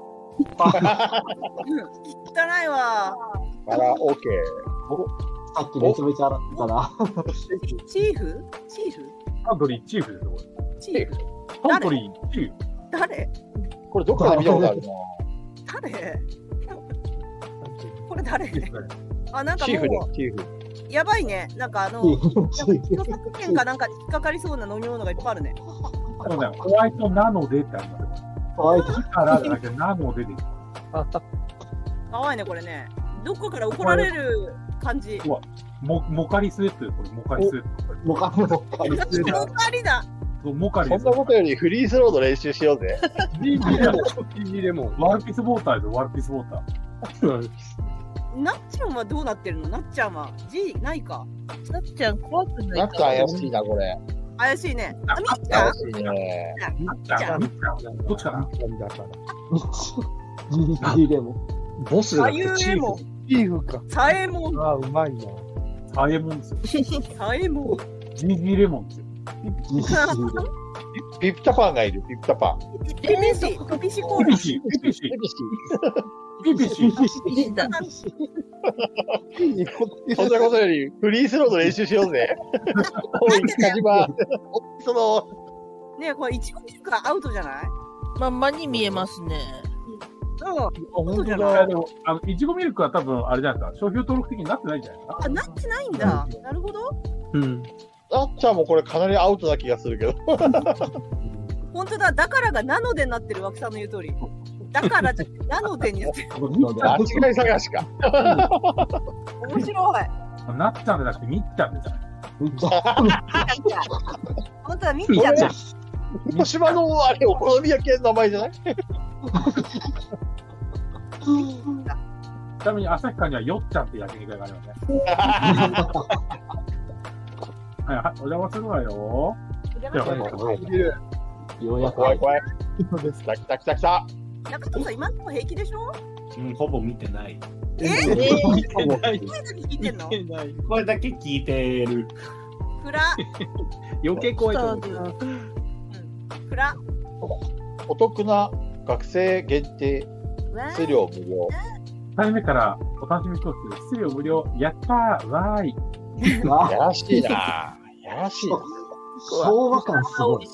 汚いわ。 カラオケ。 さっきめちゃめちゃ洗ったな。 チーフ？チーフ？ サントリーチーフですよ、これ。 チーフ？ サントリーチーフ。 誰？ これどっかで見たことあるな。 誰？これ誰？あ、なんかチーフだもうチーフ。 やばいね。なんかあの著作権かなんかに引っかかりそうな飲み物がいっぱいあるね。 そうだよ。ホワイトなのでってありますよ。 ホワイトからだけなのでで。 かわいいねこれね。どこから怒られる感じ。 モモカリスエットこれモカリスエット。 モカリモカリスエット。 モカリだ。 モカリ。 そんなことよりフリースローの練習しようぜ。 ジージーレモン。ジージーレモン。ワルピスウォーターですよ。ワルピスウォーター。 なっちゃんはどうなってるの？なっちゃんは G ないか。 なっちゃん怖くないか。 なっちゃん怪しいなこれ。 怪しいね。あ、みっちゃん。 怪しいね。 みっちゃん。 どっちかな。 ジージーレモン。 ボスだってチーフ。 チーフか。 サエモン。 あ、うまいな。 サエモンですよ。 サエモン。 ジージーレモンですよ。 ピピタパンがいる、ピピタパン。 ピピシ、ピピシコーラ。 ピピシ、ピピシ、ピピシ、ピピシ。 そんなことより、フリースローの練習しようぜ。おい、カジマ。その。 ねえ、これ、いちごミルクはアウトじゃない？ まんまに見えますね。 うん、 本当じゃない。あの、いちごミルクは多分、あれじゃないですか。商標登録的になってないんじゃないですか。 あ、なってないんだ。なるほど。 うん。 なっちゃんもこれかなりアウトな気がするけど。 本当だ、だからがなのでになってる枠さんの言う通り。だからじゃなのでになってる。 間違い探しか。 面白い。 なっちゃんじゃなくてみっちゃんですよ。 本当だ、みっちゃんだ。 広島のあれお好み焼きの名前じゃない？ ちなみに旭川にはよっちゃんって焼肉屋がありますね。はいはい、お邪魔するわよ。 ようやく怖い怖い。来た来た来た来た。 中藤さん、今のとこ平気でしょ？ うん、ほぼ見てない。 え？声だけ聞いてんの？ これだけ聞いてる。 フラ。 余計怖いと思う。 フラ。 お得な学生限定数量無料。 いっかいめからお楽しみコース、数量無料、やったー、わーい。 やらしいな。やらしいな。 昭和感すごい。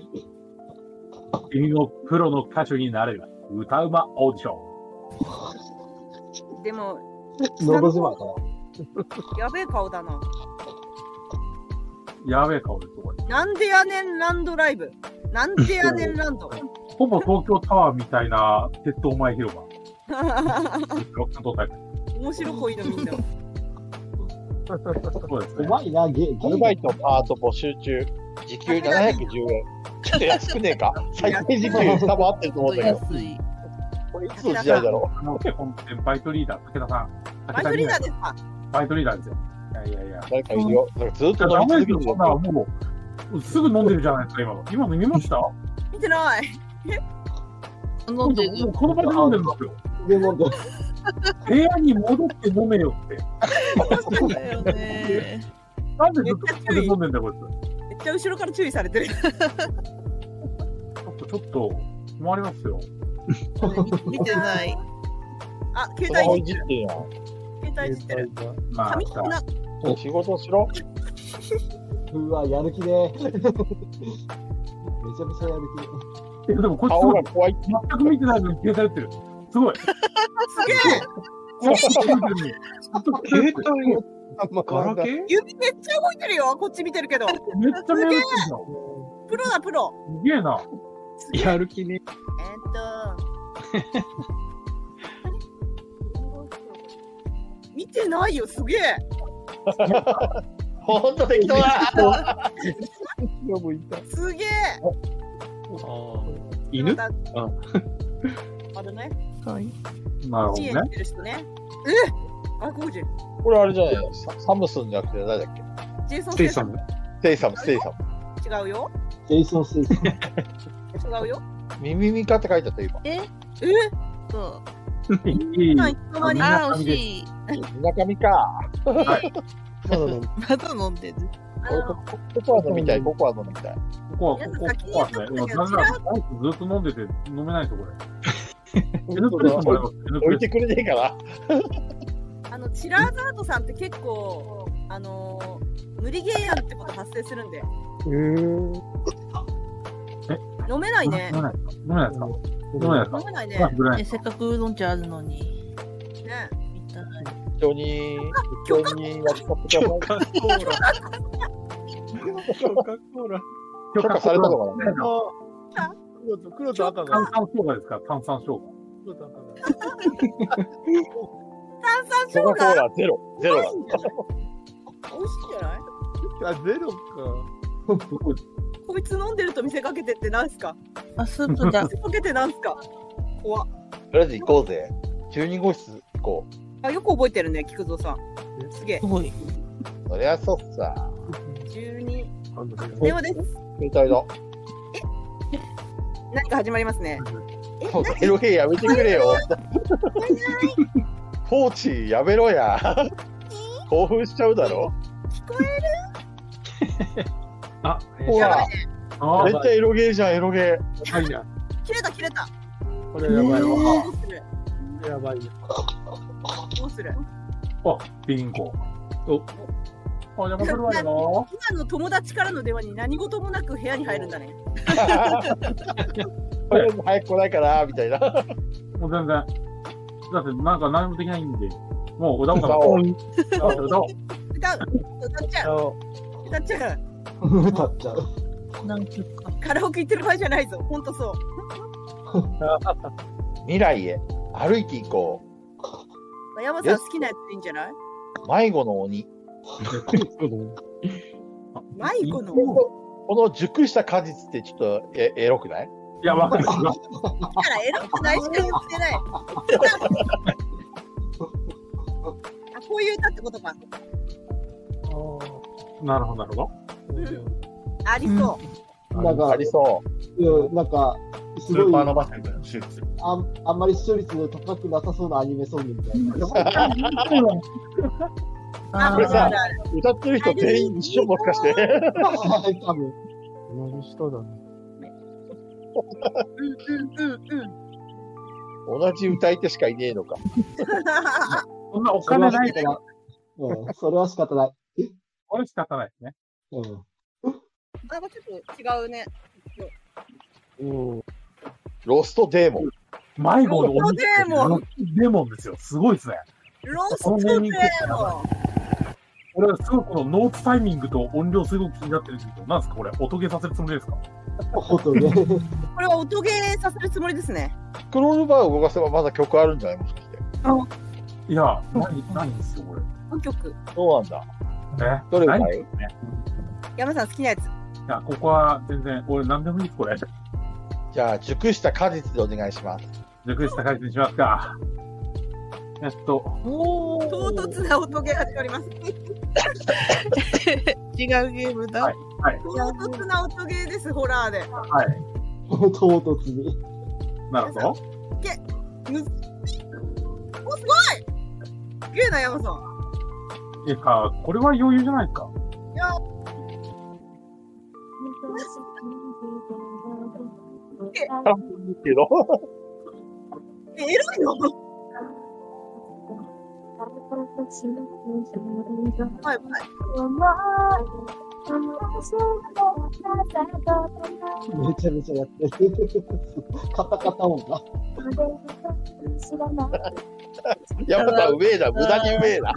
君のプロの歌手になれる歌うまオーディション。でも、 のど自慢かな。 やべえ顔だな。 やべえ顔です、これ。 なんでやねんランドライブ。なんでやねんランド。 ほぼ東京タワーみたいな鉄道前広場。 面白こいのみんな。 うまいな、ゲアルバイトパート募集中。時給ななひゃくじゅうえん。ちょっと安くねえか。最低時給多分合ってると思うんだけど。これいつの時代だろう。 バイトリーダー、武田さん。 バイトリーダーですか？ バイトリーダーですよ。いやいやいや。 誰かいるよ。ずっと飲み続けてる。 そんなもう、すぐ飲んでるじゃないですか、今の。今の見ました？ 見てない。 飲んでる。 この場で飲んでるんですよ。部屋に戻って飲めよって。 そうだよね。 なんでずっとここで飲んでんだよ、こいつ。 めっちゃ後ろから注意されてる。 ちょっと、ちょっと、困りますよ。 見てない。 あ、携帯いじってる。 携帯いじってる。 まあ、 髪切な。 仕事しろ。 うわ、やる気ね。めちゃめちゃやる気。え、でもこっちすごい。全く見てないのに携帯打ってる。すごい。 すげえ。 携帯ガラケー？ 指めっちゃ動いてるよ。こっち見てるけど。 めっちゃ見えるんだ。 プロだプロ。 すげえな。 やる気ね。 えーっと。見てないよ。すげえ。 ほんと適当だ。 すげえ。 犬？ あるね。 はい。 なるほどね。 てる人ね。え？外国人。 これあれじゃないの？サムスンじゃなくて誰だっけ？ ジェイソン・ステイサム。 ステイサム、ステイサム。 違うよ。 ジェイソン・ステイサム。 違うよ。 耳ミカって書いてあった今。 え？ え？ そう。 あ、 惜しい。 村上か。 はい。 まだ飲んでる。 ココア飲みたい、ココア飲みたい。 ココア、ココア、ココアね。なんなら、ずっと飲んでて飲めないとこれ。 置いてくれねえかな。 あのチラーザードさんって結構あのー、無理ゲーやんってこと発生するんで。 え？ 飲めないね。 飲めない。飲めないですか？飲めないですか？ 飲めないね。 え、せっかくうどん茶あるのに。 ね。 一緒に一緒にやっちゃってください。 許可許可されたのかな。 黒と赤が。 炭酸生姜ですか？炭酸生姜。 黒と赤が。 炭酸生姜。 コカ・コーラゼロゼロだ。 美味しいんじゃない？ あ、ゼロか。 こいつ飲んでると見せかけてってなんすか？ あ、スープだ。 見せかけてなんすか？怖っ。 とりあえず行こうぜ。じゅうに号室行こう。 あ、よく覚えてるね、菊蔵さん。すげえ。 すごい。 そりゃそうさ。 じゅうに。電話です。 携帯だ。 え？何か始まりますね。 え、エロゲーやめてくれよ。放置やめろや。興奮しちゃうだろ。 聞こえる？ あ、ほら。めっちゃエロゲーじゃん、エロゲー。 はいや。 切れた切れた。 これやばいわ。 どうする？ やばい。 どうする？ あ、ビンゴ。お、あ、邪魔するわよ。 今の友達からの電話に何事もなく部屋に入るんだね。 とりあえず早く来ないかなみたいな。 もう全然。だってなんか何もできないんで、もう歌おうかな。 歌おう。 歌おう。 歌う。歌っちゃう。歌っちゃう。 歌っちゃう。 なんていうか。 カラオケ行ってる場合じゃないぞ。ほんとそう。 未来へ歩いていこう。山さん好きなやつでいいんじゃない？ 迷子の鬼。 迷子の鬼。 この熟した果実ってちょっとエエロくない？ いや、わかる。 だからエロくないしか言ってない。あ、こういう歌ってことか。 なるほど、なるほど。 ありそう。 なんかありそう。 なんか、すごい。 スーパーノバセントの手術。 あん、あんまり視聴率高くなさそうなアニメソングみたいな。 これさ、歌ってる人全員一緒もしかして。 多分。 同じ人だね。 うんうんうん同じ歌い手しかいねえのか。 そんなお金ないから。 うん、それは仕方ない。 これ仕方ないですね。 うん。 なんかちょっと違うね。 うん。ロストデーモン。 迷子のロストデーモン。 ロストデーモンですよ。すごいですね。 ロストデーモン。 俺はすごいこのノーツタイミングと音量すごく気になってるんですけど、なんですかこれ音ゲーさせるつもりですか？ 音ゲー。 これは音ゲーさせるつもりですね。 スクロールバーを動かせばまだ曲あるんじゃないもしかして。 いや、何、何ですよ、これ。 何曲？ そうなんだ。 えどれがいい？ 山さん好きなやつ。いや、ここは全然、俺何でもいいです、これ。 じゃあ、熟した果実でお願いします。 熟した果実にしますか。えっと。 おー。唐突な音ゲー始まります。 違うゲームだ。はい。 はい、 唐突な音ゲーです、ホラーで。 はい。 唐突に。 なるほど。 け、むず、お、すごい。すげえな、山さん。 いや、これは余裕じゃないですか。 いや。 え、あ、いいけど。 え、エロいの？はいはい。 めちゃめちゃやってる。カタカタ音が。 山田うめえな、無駄にうめえな。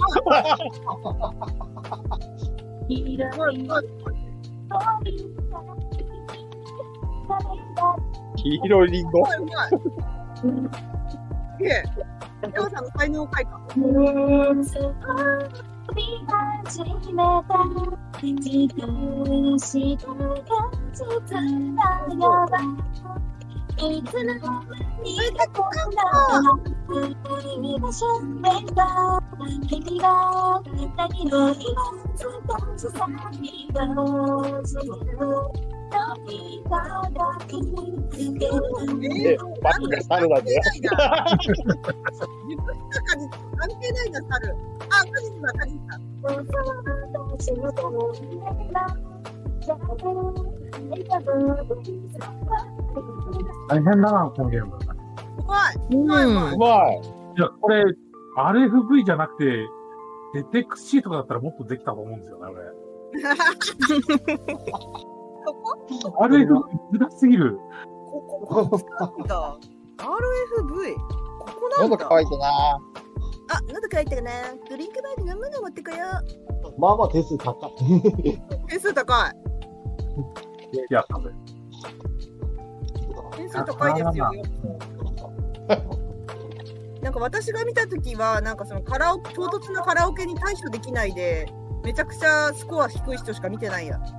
黄色いリンゴ。 すげえ。山さんの才能を書いた。いつの間にかこんな君が何の今ずっとさにがえ、バックが猿なんだよ。 関係ないな、猿。あ、果実だ、果実だ。 大変だな、このゲーム。 うまい。うまい。 うまい。 いや、これ、アールエフブイ じゃなくて、デテックスシーとかだったらもっとできたと思うんですよね、これ。 そこアールエフブイ 難しすぎる。 ここ、ここなんだ。アールエフブイ。ここなんだ。 喉乾いたな。 あ、喉乾いたかな。ドリンクバーで飲むの持ってこよう。まあまあ点数高い。点数高い。 いや、多分。 点数高いですよ。なんか私が見たときは、なんかそのカラオケ、唐突なカラオケに対処できないで、めちゃくちゃスコア低い人しか見てないや。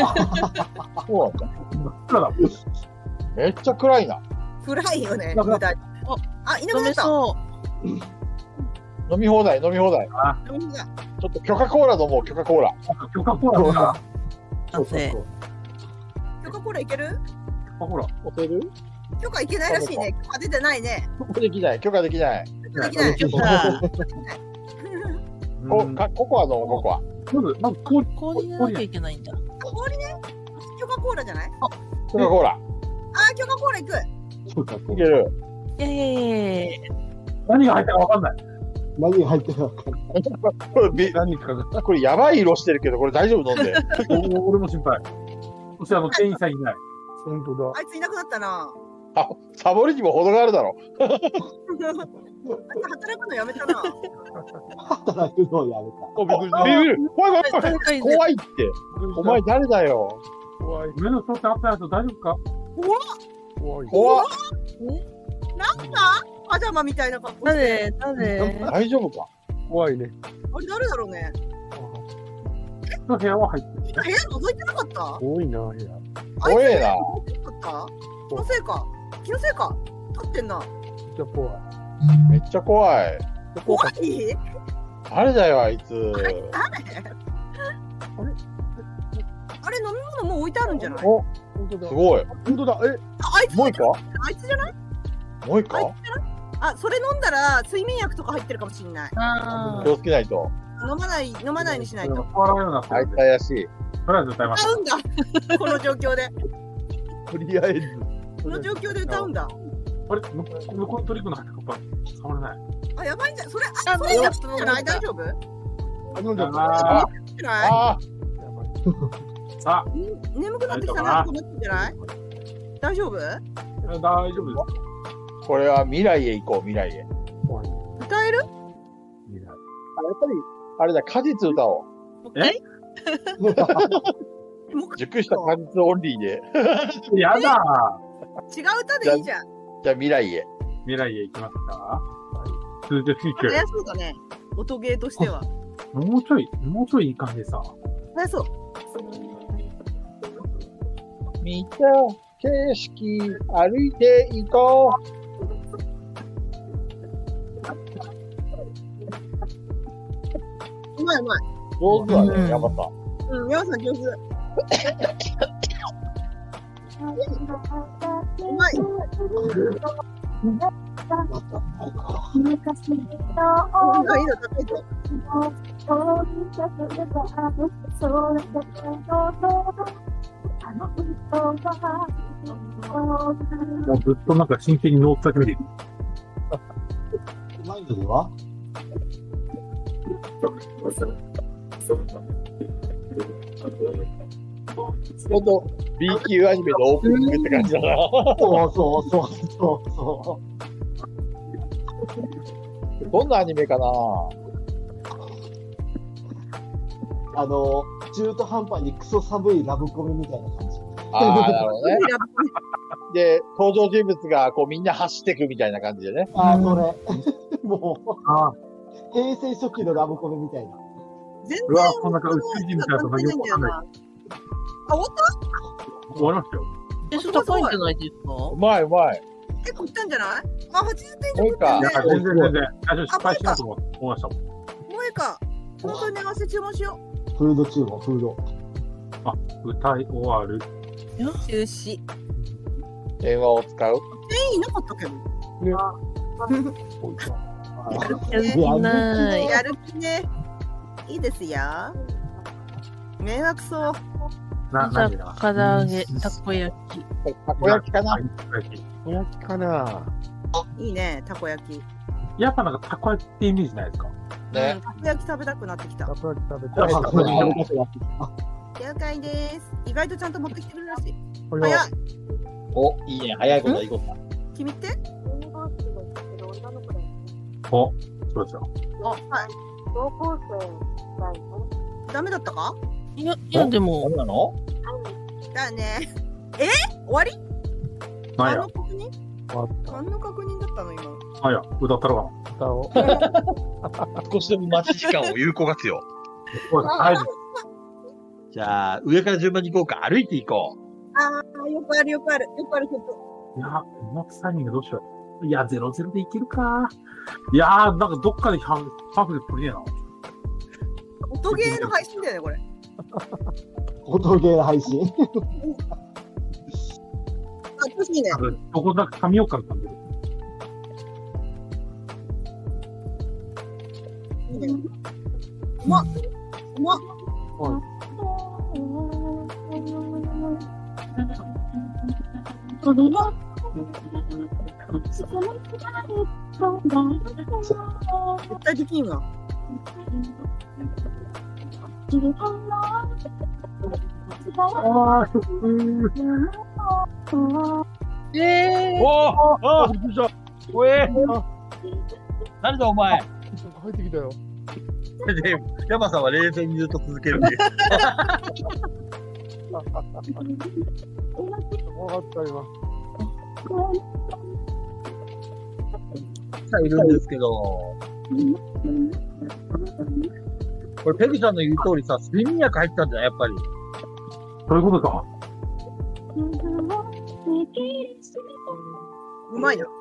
そうなんだ。めっちゃ暗いな。 暗いよね。無駄に。あ、いなくなった。 飲み放題、飲み放題。 飲み放題。 ちょっとコカ・コーラ飲もう、コカ・コーラ。 コカ・コーラだ。 そうそうそう。コカ・コーラいける？ コカ・コーラ。 いける？ 許可いけないらしいね。許可出てないね。 許可できない。許可できない。 許可できない。許可。 お、か、ココア飲もう、ココア。 まず、まず氷、氷入れなきゃいけないんだ。 氷ね。許可コーラじゃない？ あ、許可コーラ。 あ、許可コーラいく。 いける。 いやいやいやいや。 何が入ったかわかんない。 何が入ってるかわかんない。 これ、何かが。これやばい色してるけど、これ大丈夫飲んで。 俺も心配。そしてあの、店員さんいない。 本当だ。 あいついなくなったな。 あ、サボりにも程があるだろ。 働くのやめたな。 働くのをやめた。 ビビる。怖い怖い怖い。怖いって。お前誰だよ。 怖い。目の人ってあったやつ大丈夫か？ 怖っ。 怖い。怖っ。 なんだ？パジャマみたいな格好。 なぜ？なぜ？ 大丈夫か？ 怖いね。 あれ誰だろうね。 部屋は入ってる。 部屋覗いてなかった？ 多いな、部屋。 怖えな。 気のせいか。気のせいか。立ってんな。 めっちゃ怖い。 めっちゃ怖い。 怖い？ 誰だよ、あいつ。 あれ？あれ？あれ飲み物もう置いてあるんじゃない？ お、本当だ。 すごい。 本当だ。え、 あいつもう一個？ あいつじゃない？ もう一個？ あ、それ飲んだら睡眠薬とか入ってるかもしれない。 気をつけないと。 飲まない、飲まないにしないと。 笑うような。 あいつ怪しい。 とりあえず歌います。 歌うんだ。この状況で。 とりあえず。 この状況で歌うんだ。 あれ、向こうのトリックの入ったカップ触れない。 あ、やばいんじゃ、それ、あ、それやつじゃない？大丈夫？ あ、飲んじゃった。 あ、 あ、 あ、 眠くなってきたな、こうなってんじゃない？大丈夫？ 大丈夫です。 これは未来へ行こう、未来へ。 歌える？ あ、やっぱり、あれだ、果実歌おう。 え熟した果実オンリーで。 やだ違う歌でいいじゃん。 じゃあ未来へ。 未来へ行きますか？通常フィーチャー。 早そうだね。音ゲーとしては。 もうちょい、もうちょいいい感じでさ。 早そう。 見た景色、歩いていこう。 うまいうまい。 上手だね、山さん。うん、山さん上手。うまい。あ、いいの、高いと。 もうずっとなんか真剣にノートだけ見てる。 マインドではほんと B 級アニメのオープニングって感じだな。 そうそうそうそうそう。 どんなアニメかな。 あの、中途半端にクソ寒いラブコメみたいな感じ。 ああ、なるほどね。で、登場人物がこうみんな走っていくみたいな感じでね。 ああ、それ。もう、あ平成初期のラブコメみたいな。 全然うわ、こんなか美しいみたいなの何もわかんない。 あ、終わった終わりましたよ。 え、それ高いんじゃないですか？ うまいうまい。 結構いったんじゃない？あ、はちじゅってん以上もういいか。 いや、全然全然。最初失敗しなと思いましたもん。 もういいか。本当に合わせ注文しよう。フード注文、フード。 あ、歌い終わる。 中止。 電話を使う？ 店員いなかったけど。ね。 やる気ない。 やる気ね。いいですよ。迷惑そう。 な、何だ？ 唐揚げ、たこ焼き。 たこ焼きかな？ たこ焼きかな。 いいね、たこ焼き。 やっぱなんかたこ焼きってイメージないですか？ ね。 たこ焼き食べたくなってきた。 たこ焼き食べたい。 了解です。意外とちゃんと持ってきてくれるらしい。 早い。 お、いいね。早いことはいいことだ。 君ってお、そうですよ。 あ、はい。高校生ダメだったか？ いや、いや、でも。 何なの？ だね。え？終わり？ なんや。 何の確認だったの今。 あ、いや、歌ったろかな。歌おう。 少しでも待ち時間を有効活用。 はい。 じゃあ、上から順番に行こうか。歩いていこう。 ああ、よくあるよくある。よくあること。 いや、うまくタイミングどうしよう。いや、ゼロゼロでいけるか。いやー、なんかどっかでハーフで取りねえな。 音ゲーの配信だよね、これ。 音ゲーの配信あ、欲しいね。 どこだか髪をかんだんでる。 いいね。うまっ。うまっ。絶対できんわ。 あー、 えー。 おーあーびっくりした。おえー。誰だお前。 入ってきたよ。 で、山さんは冷静にずっと続けるんで。 わかった今。 いるんですけど。これペグちゃんの言う通りさ、睡眠薬入ったんじゃないやっぱり。 そういうことか。 うまいな。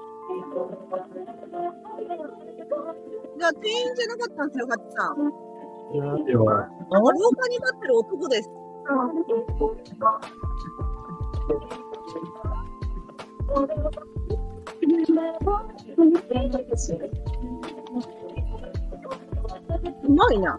じゃあ店員じゃなかったんですよ、ハッチさん。 いや、いや。 廊下に立ってる男です。 うまいな。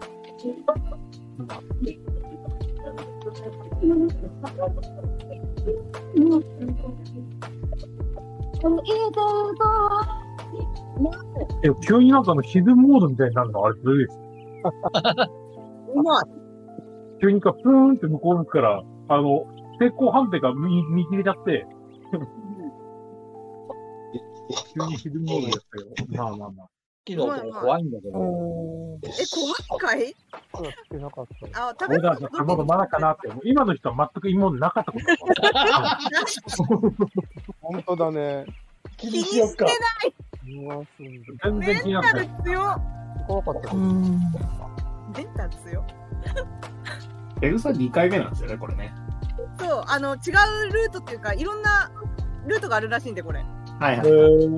え、急になんかあの、ヒズモードみたいになるの、あれ、どれですうまい。 急にか、プーンって向こう向くから、あの、成功判定が見、見切れちゃって、急にヒズモードやったよ。まあまあまあ。 昨日と怖いんだけど。 え、怖いかい？あ、食べまだ、まだまだかなって。今の人は全く今までなかったこと本当だね。 気にしてない。 全然気になってない。 メンタル強。 怖かった。 メンタル強。 エグさにかいめなんですよね、これね。 そう、あの、違うルートっていうか、いろんなルートがあるらしいんで、これ。 はいはい。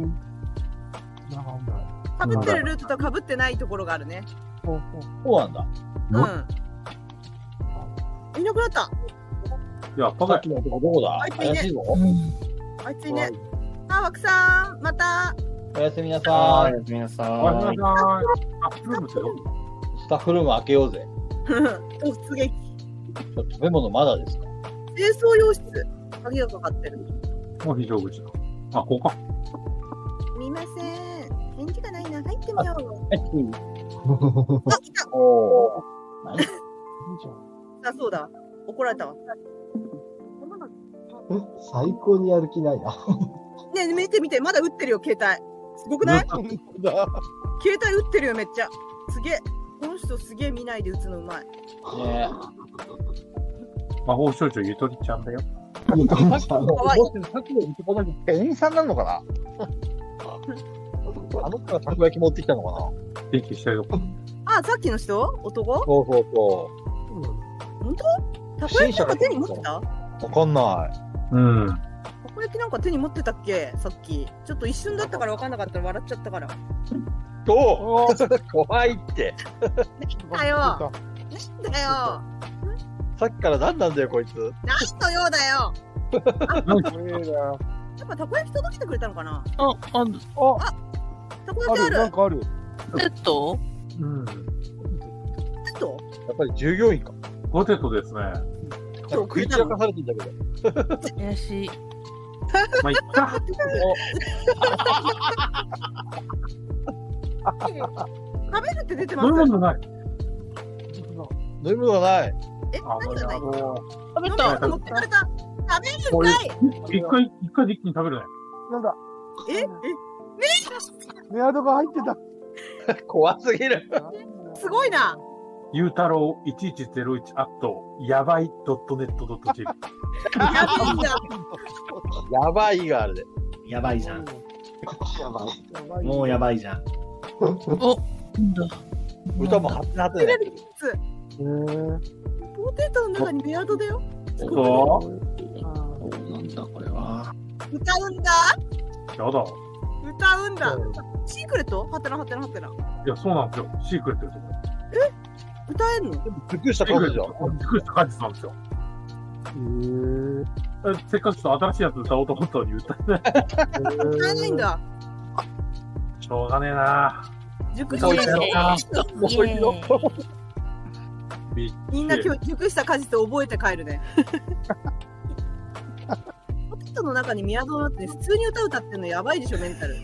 かぶってるルートとかぶってないところがあるね。 そうなんだ。 うん。いなくなった。 いや、パカキのとこどこだ？ あいついね。 怪しいぞ。 あいついね。さあ、枠さん、また。 おやすみなさおい。 やすみなさい。 おやすみなさい。あ、スルームってどこ？ スタッフルーム開けようぜ。 突撃。 ちょっと食べ物まだですか？ 清掃用室。鍵がかかってる。 もう非常口だ。あ、ここか。 見ません。返事がないな。入ってみよう。あ、来た。 おー。 あ、そうだ。怒られたわ。 最高にやる気ないな。 ねえ、見て見て。まだ打ってるよ、携帯。すごくない？携帯打ってるよ、めっちゃ。すげえ。この人すげえ見ないで打つのうまい。 ね魔法少女ゆとりちゃんだよ。 ゆとりちゃん。 かわいい。さっきのゆとりちゃん、店員さんなのかな？あの人がたこ焼き持ってきたのかな？ 元気してるのか。 あ、さっきの人？男？ そうそうそう。本当？たこ焼きなんか手に持ってた？ わかんない。 うん。 たこ焼きなんか手に持ってたっけ？さっき。ちょっと一瞬だったから分かんなかったら笑っちゃったから。 おお怖いって。 だよ。なんだよ。 さっきから何なんだよ、こいつ。 何のようだよ。やっぱたこ焼き届けてくれたのかな？ あ、あ、 あ、たこ焼きある。 なんかある。 セット？ うん。 セット？ やっぱり従業員か。 ポテトですね。 食い散らかされてんだけど。 怪しい。 まあ、いっか。 食べるって出てます。 飲み物ない。 飲み物がない。 え、何がない？ 食べた。 持ってかれた。食べるんかい。 一回、一回で一気に食べるね。 なんだ。 え、え、 メアドが入ってた。 怖すぎる。 すごいな。 ゆうたろういちいちゼロいちアットやばい ドットネットドットジェーピー。 やばいんだ。 やばいがあるで。 やばいじゃん。 やばい。 もうやばいじゃん。 お、なんだ。 歌もはってなってる。 ポテトの中にメアドだよ。 そうなんだこれは。 歌うんだ。 やだ。 歌うんだ。シークレット？はてなはてなはてな。 いや、そうなんですよ。シークレットですよ。 え？歌えんの？ びっくりした感じじゃん。 びっくりした感じなんですよ。へえ。せっかくちょっと新しいやつ歌おうと思ったのに歌えない。 歌えないんだ。 しょうがねえな。 熟してるな。みんな今日熟した果実を覚えて帰るね。ポテトの中にミヤドナって普通に歌歌ってんのやばいでしょ、メンタル。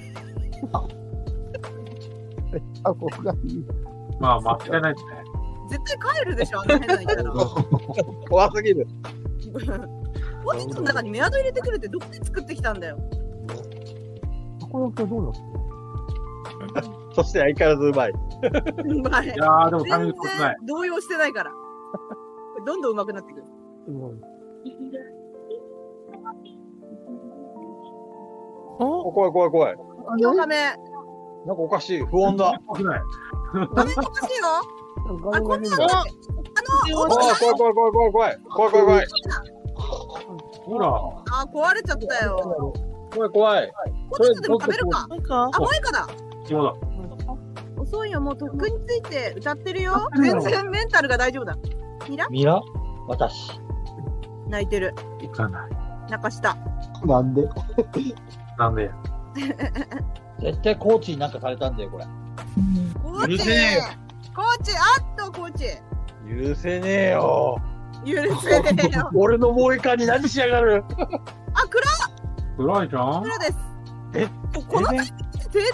あ、ここがいい。 まあ、間違いないですね。 絶対帰るでしょ、あの変な言ったら。 怖すぎる。 ポテトの中にメアド入れてくるってどこで作ってきたんだよ。 たこ焼きはどうなの？ そして相変わらずうまい。 うまい。 いやー、でも食べることない。 動揺してないから。どんどんうまくなってくる。 お怖い怖い怖い。 今日ダメ。 なんかおかしい。不穏だ。 ダメおかしいよ。あ、こんなの。あの、 怖い怖い怖い怖い怖い怖い怖い怖い。 ほら。 あ、壊れちゃったよ。 怖い怖い。 ポテトでも食べるか。あ、もういいかだ。 今だ。 遅いよ、もうとっくについて歌ってるよ。全然メンタルが大丈夫だ。ミラ？ ミラ？私。 泣いてる。 行かない。 泣かした。 なんでなんで絶対コーチになんかされたんだよ、これ。 コーチ許せねえよ。 コーチ、あっとコーチ。 許せねえよ。 許せねえよ。 俺の防衛官に何しやがる。 あ、暗暗いじゃん。 暗です。 え、 このタイミングで停電？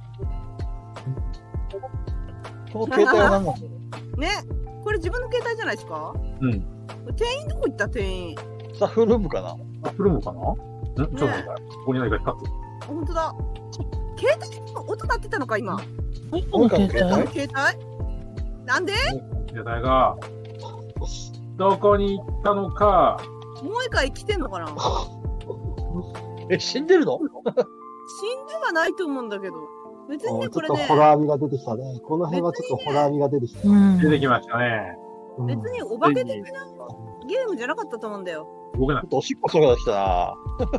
この携帯は何なんだよ。 ね、これ自分の携帯じゃないですか？ うん。 店員どこ行った店員？ スタッフルームかな？ スタッフルームかな？ん？ちょっと待って。ここに何か光ってる。 本当だ。携帯の音鳴ってたのか今。 音楽携帯？ 携帯？なんで？ 携帯がどこに行ったのか。 もう一回来てんのかな？ え、死んでるの？ 死んではないと思うんだけど。別にね、 ちょっこれね。 とホラー味が出てきたね。この辺はちょっとホラー味が出てきた。 出てきましたね。 別にお化け的なゲームじゃなかったと思うんだよ。 動けない。 ちょっとおしっこそうが来たな。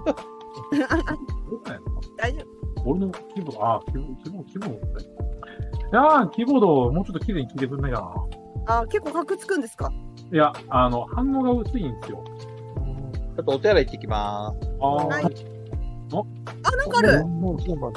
大丈夫。俺のキーボード、あ、キーボード、キーボード、キーボード。いやー、キーボードもうちょっと綺麗に聞いてくんないかな。あ、結構カクつくんですか？ いや、あの、反応が薄いんですよ。 ちょっとお手洗い行ってきまーす。 あー。 はい、 あ、 あ、なんかある。 なんか拾った。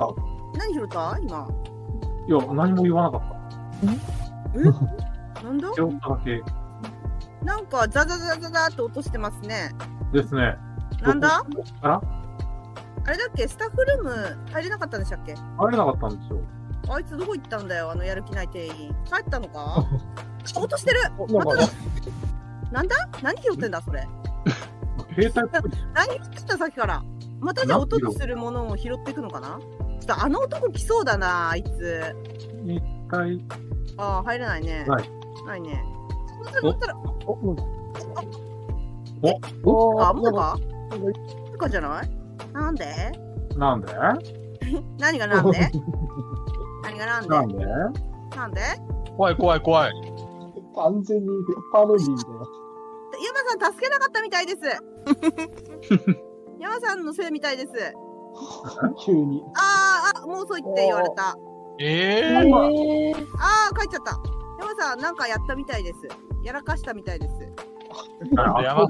何拾った今。 いや、何も言わなかった。 え？なんだ？ 拾っただけ。 なんかザザザザザって落としてますね。 ですね。 なんだ？ あら？ あれだっけ？スタッフルーム入れなかったんでしたっけ？ 入れなかったんですよ。 あいつどこ行ったんだよ、あのやる気ない店員。帰ったのか？落としてる。まただ。なんだ？何拾ってんだそれ。 携帯何拾ってたさっきから。またじゃあ音するものを拾っていくのかな？ちょっとあの男来そうだな、あいつ。 一回。 ああ、入れないね。 ない。 ないね。 おったら、 おおあ、もうかとかじゃないなんでなんで何がなんで何がなんでなんでなんで怖い怖い怖い。 完全にパロディーだよ。 山さん助けなかったみたいです。山さんのせいみたいです。 急に。 あーあ、もうそう言って言われた。 ええー。ああ、帰っちゃった。山さん、なんかやったみたいです。やらかしたみたいです。 山さん、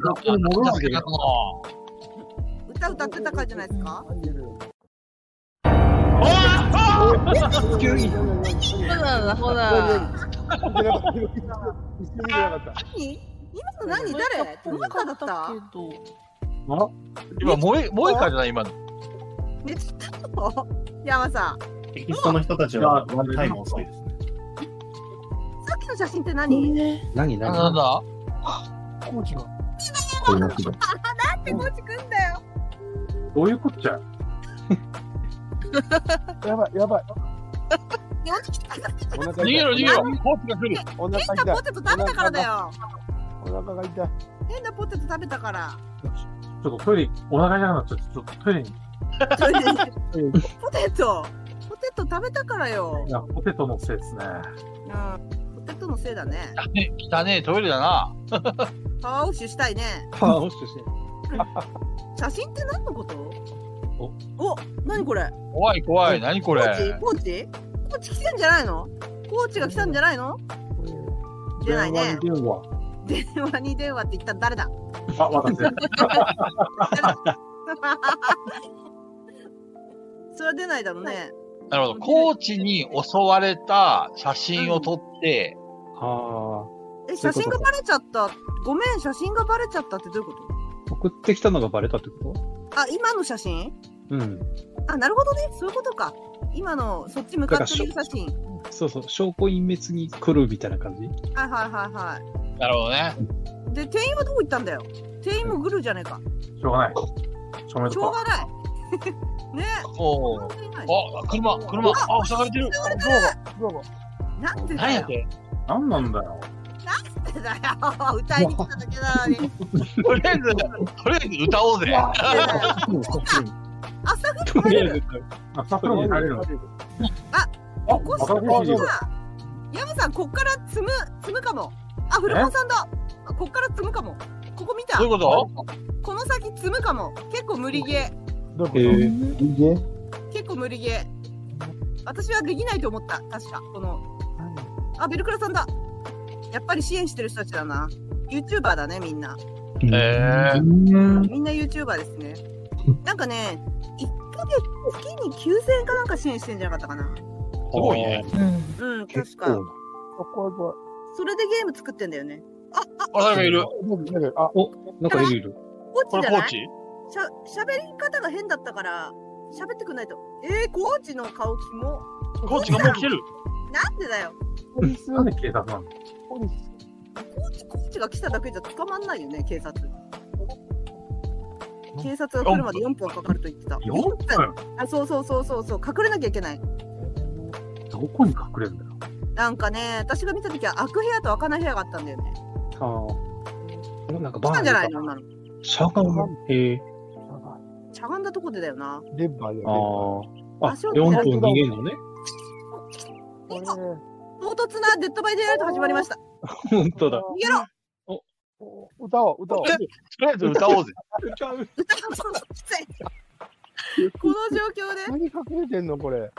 歌歌ってたからじゃないですか。 急に。ほらほら。 何？今の何？誰？どなただった？ あ？ 今萌え萌えかじゃない今の。 ね、ちょっと山さん。 テキストの人たちはワンタイム遅いですね。 さっきの写真って何？ 何何なんだ？ コーチが。 なんでコーチくんだよ。 どういうこっちゃ？ やばいやばい。 逃げろ逃げろ。コーチが来る。 お腹変なポテト食べたからだよ。 お腹が痛い。 変なポテト食べたから。 ちょっとトイレ、お腹痛くなっちゃって、ちょっとトイレに。 トイレに。ポテト。ポテト食べたからよ。 いや、ポテトのせいですね。 うん。ポテトのせいだね。 汚ねえトイレだな。 パワーウォッシュしたいね。 パワーウォッシュして。 写真って何のこと？ お、 お、何これ？ 怖い怖い。何これ？ コーチ？コーチ来てんじゃないの？コーチが来たんじゃないの？出ないね。 電話。 電話に電話って言ったら誰だ？ あ、私。 それは出ないだろうね。 なるほど。コーチに襲われた写真を撮って、 ああ。 え、写真がバレちゃった。ごめん、写真がバレちゃったってどういうこ送ってきたのがバレたってこと？あ、今の写真？ と？うん。 あ、なるほどね。そういうことか。今のそっち向かってる写真。 そうそう、証拠隠滅に来るみたいな感じ。 はいはいはいはい。 なるほどね。 で、店員はどこ行ったんだよ。店員もグルじゃねえか。 しょうがない。しょうしょうがない。ね。 おお。あ、車、車、あ、塞がれてる。 塞がれてる。なんでだよ。 なんなんだよ。 なんでだよ。歌いに来ただけなのに。 とりあえず、とりあえず歌おうぜ。 あ、サフル入れる。 あ、サフルに入れる。 あ、ここさ、山さん、こっから積む、積むかも。あ、古本さんだ。こっから積むかも。ここ見た。 どういうこと？ この先積むかも。結構無理ゲー。 どういうこと？無理ゲー？ 結構無理ゲー。私はできないと思った。確か。この。あ、ベルクラさんだ。やっぱり支援してる人たちだな。YouTuber だね、みんな。 へえ。 みんな YouTuber ですね。なんかね、一で月にきゅうせんえんかなんか支援してんじゃなかったかな。 すごいね。 うん、確か。それでゲーム作ってんだよね。あ、 あ、誰かいる。 あ、お、なんかいるいる。 コーチじゃない？ これコーチ？ しゃ、喋り方が変だったから、喋ってくんないと。えー、コーチの顔キモ。 コーチがもう来てる。 なんでだよ。 なんで警察なの？ コーチ、コーチが来ただけじゃ捕まんないよね、警察。警察が来るまでよんぷんはかかると言ってた。 よんぷん？ あ、そうそうそうそうそう、隠れなきゃいけない。 どこに隠れるんだよ。 なんかね、私が見たときは開く部屋と開かない部屋があったんだよね。 ああ。なんかバー来たんじゃないの？女のしゃがんへえ。 しゃがんだとこでだよな。 レバーああ。あ、よんぷん逃げんのね。 唐突なデッドバイデイライト始まりました。 本当だ。 逃げろ。 歌おう、歌おう。 とりあえず歌おうぜ。 歌う。 歌おう。きつい。この状況で。 何隠れてんのこれ。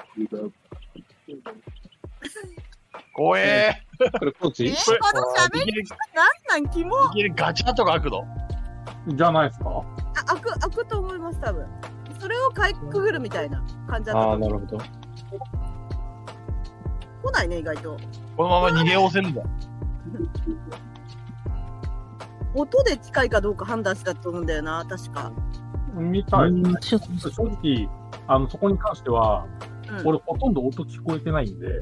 怖えー。これコーチ？ えー、この喋り方なんなんキモ。 いきなりガチャとか開くの？ じゃないですか？ あ、開く開くと思います多分。それをかいくぐるみたいな感じだった。 ああ、なるほど。 来ないね意外と。 このまま逃げおせるんだ。 音で近いかどうか判断したと思うんだよな、確か。 みたい。正直、あの、そこに関しては、 うん、 俺ほとんど音聞こえてないんで、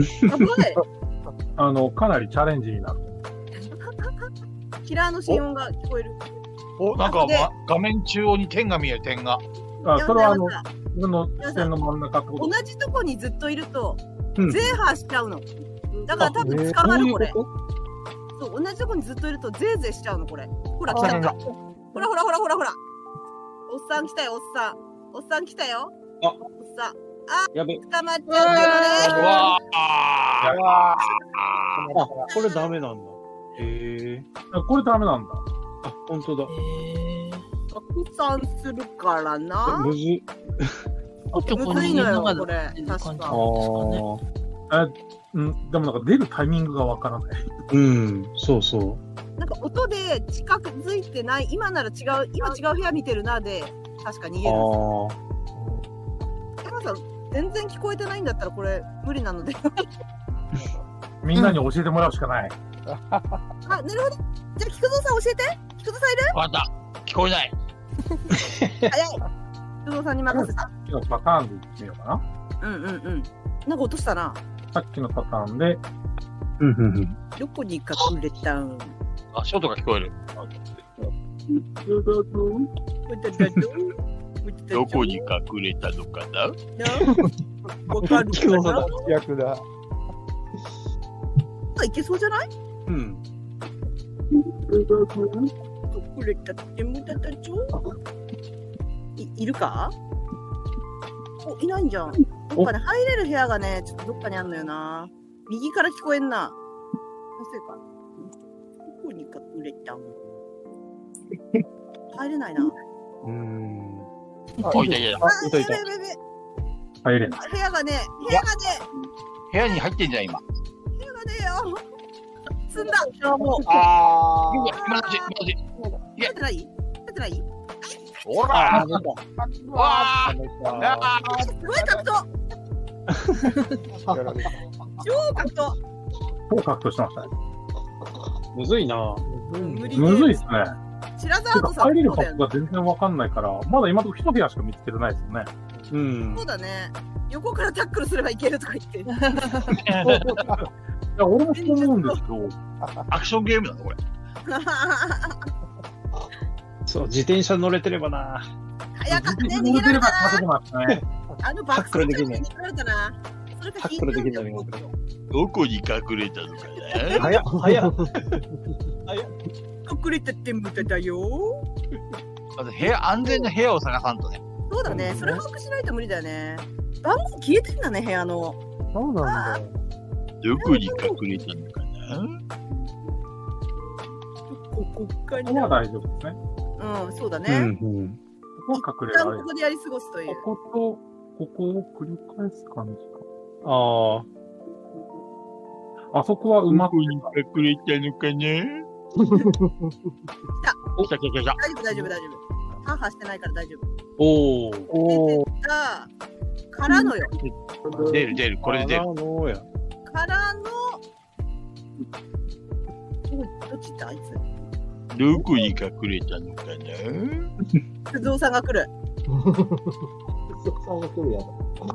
ああの、かなりチャレンジになる。 キラーの心音が聞こえる。 お、なんか、ま、画面中央に点が見える、点が。 あ、それはあの、自分の視線の真ん中ってこと同じとこにずっといると、 うん、 ゼーハーしちゃうの。だから多分捕まる、これ。そう、同じとこにずっといるとゼーゼーしちゃうの、これ。ほら、来た。ほらほらほらほらほら。おっさん来たよ、おっさん。おっさん来たよ。 あ、 おっさん。あ、 やべ。 捕まっちゃうけどね。 うわあ、これダメなんだ。へえ。 これダメなんだ。 あ、本当だ。 へえ。拡散するからな。 むずい。 むずいのよ、これ。確か。 ああ。うん、でもなんか出るタイミングがわからない。 うん、そうそう。 なんか音で近づいてない、今なら違う、今違う部屋見てるなで、確か逃げるんですよ。山さん、全然聞こえてないんだったらこれ無理なので。 みんなに教えてもらうしかない。 うん、あ、なるほど。じゃあ、菊蔵さん教えて。菊蔵さんいる？ わかった。聞こえない。 早い。菊蔵さんに任せた。 さっきのパターンでいってみようかな。 うんうんうん。なんか落としたな。 さっきのパターンで、 うんうんうん。 どこに隠れたん？ あ、ショートが聞こえる。どこに隠れたのかな？ わかるかな？ 役だ。 あ、いけそうじゃない？ うん。 隠れたって無駄だちょ？い、いるか？お、いないんじゃん。どっかね、入れる部屋がね、ちょっとどっかにあんのよな。右から聞こえんな。なぜか。どこに隠れたん？入れないな。 うーん。 あ、いたいた。 あ、いたいた。 入れない。 部屋がね、部屋がね。 部屋に入ってんじゃん、今。 部屋がねよ。積んだ。もう。 あー。今のうち、今のうち。 いや、入ってない？入ってない？ ほらー。わー。すごい格闘。超格闘。 超格闘してましたね。 むずいな。 むずいっすね。 白沢とさん入れる格好が全然わかんないから、まだ今のところ一部屋しか見つけてないですよね。 うん。 そうだね。横からタックルすればいけるとか言って。いや、俺もそう思うんですけど。 アクションゲームなのこれ。 そう、自転車乗れてればな。 早かったね、 逃げられたな。 あのバックスに逃げられたな。 タックルできない。 どこに隠れたのかな。 早っ、早っ。 隠れたって無駄だよ。 まず部屋、安全な部屋を探さんとね。 そうだね、それ把握しないと無理だよね。番号消えてんだね、部屋の。 そうなんだ。 どこに隠れたのかな。 ここかな。大丈夫ですね。 うん、そうだね。 ここは隠れられる。 ここでやり過ごすという。 ここと、ここを繰り返す感じか。 ああ。あそこはうまく隠れたのかな。 来た。 来た来た来た。 大丈夫大丈夫大丈夫。 ハーハーしてないから大丈夫。 おお。出てたからのよ。 出る出る、これで出る。 からの。どっちってあいつ。 どこに隠れたのかな。 不動さんが来る。 不動さんが来るや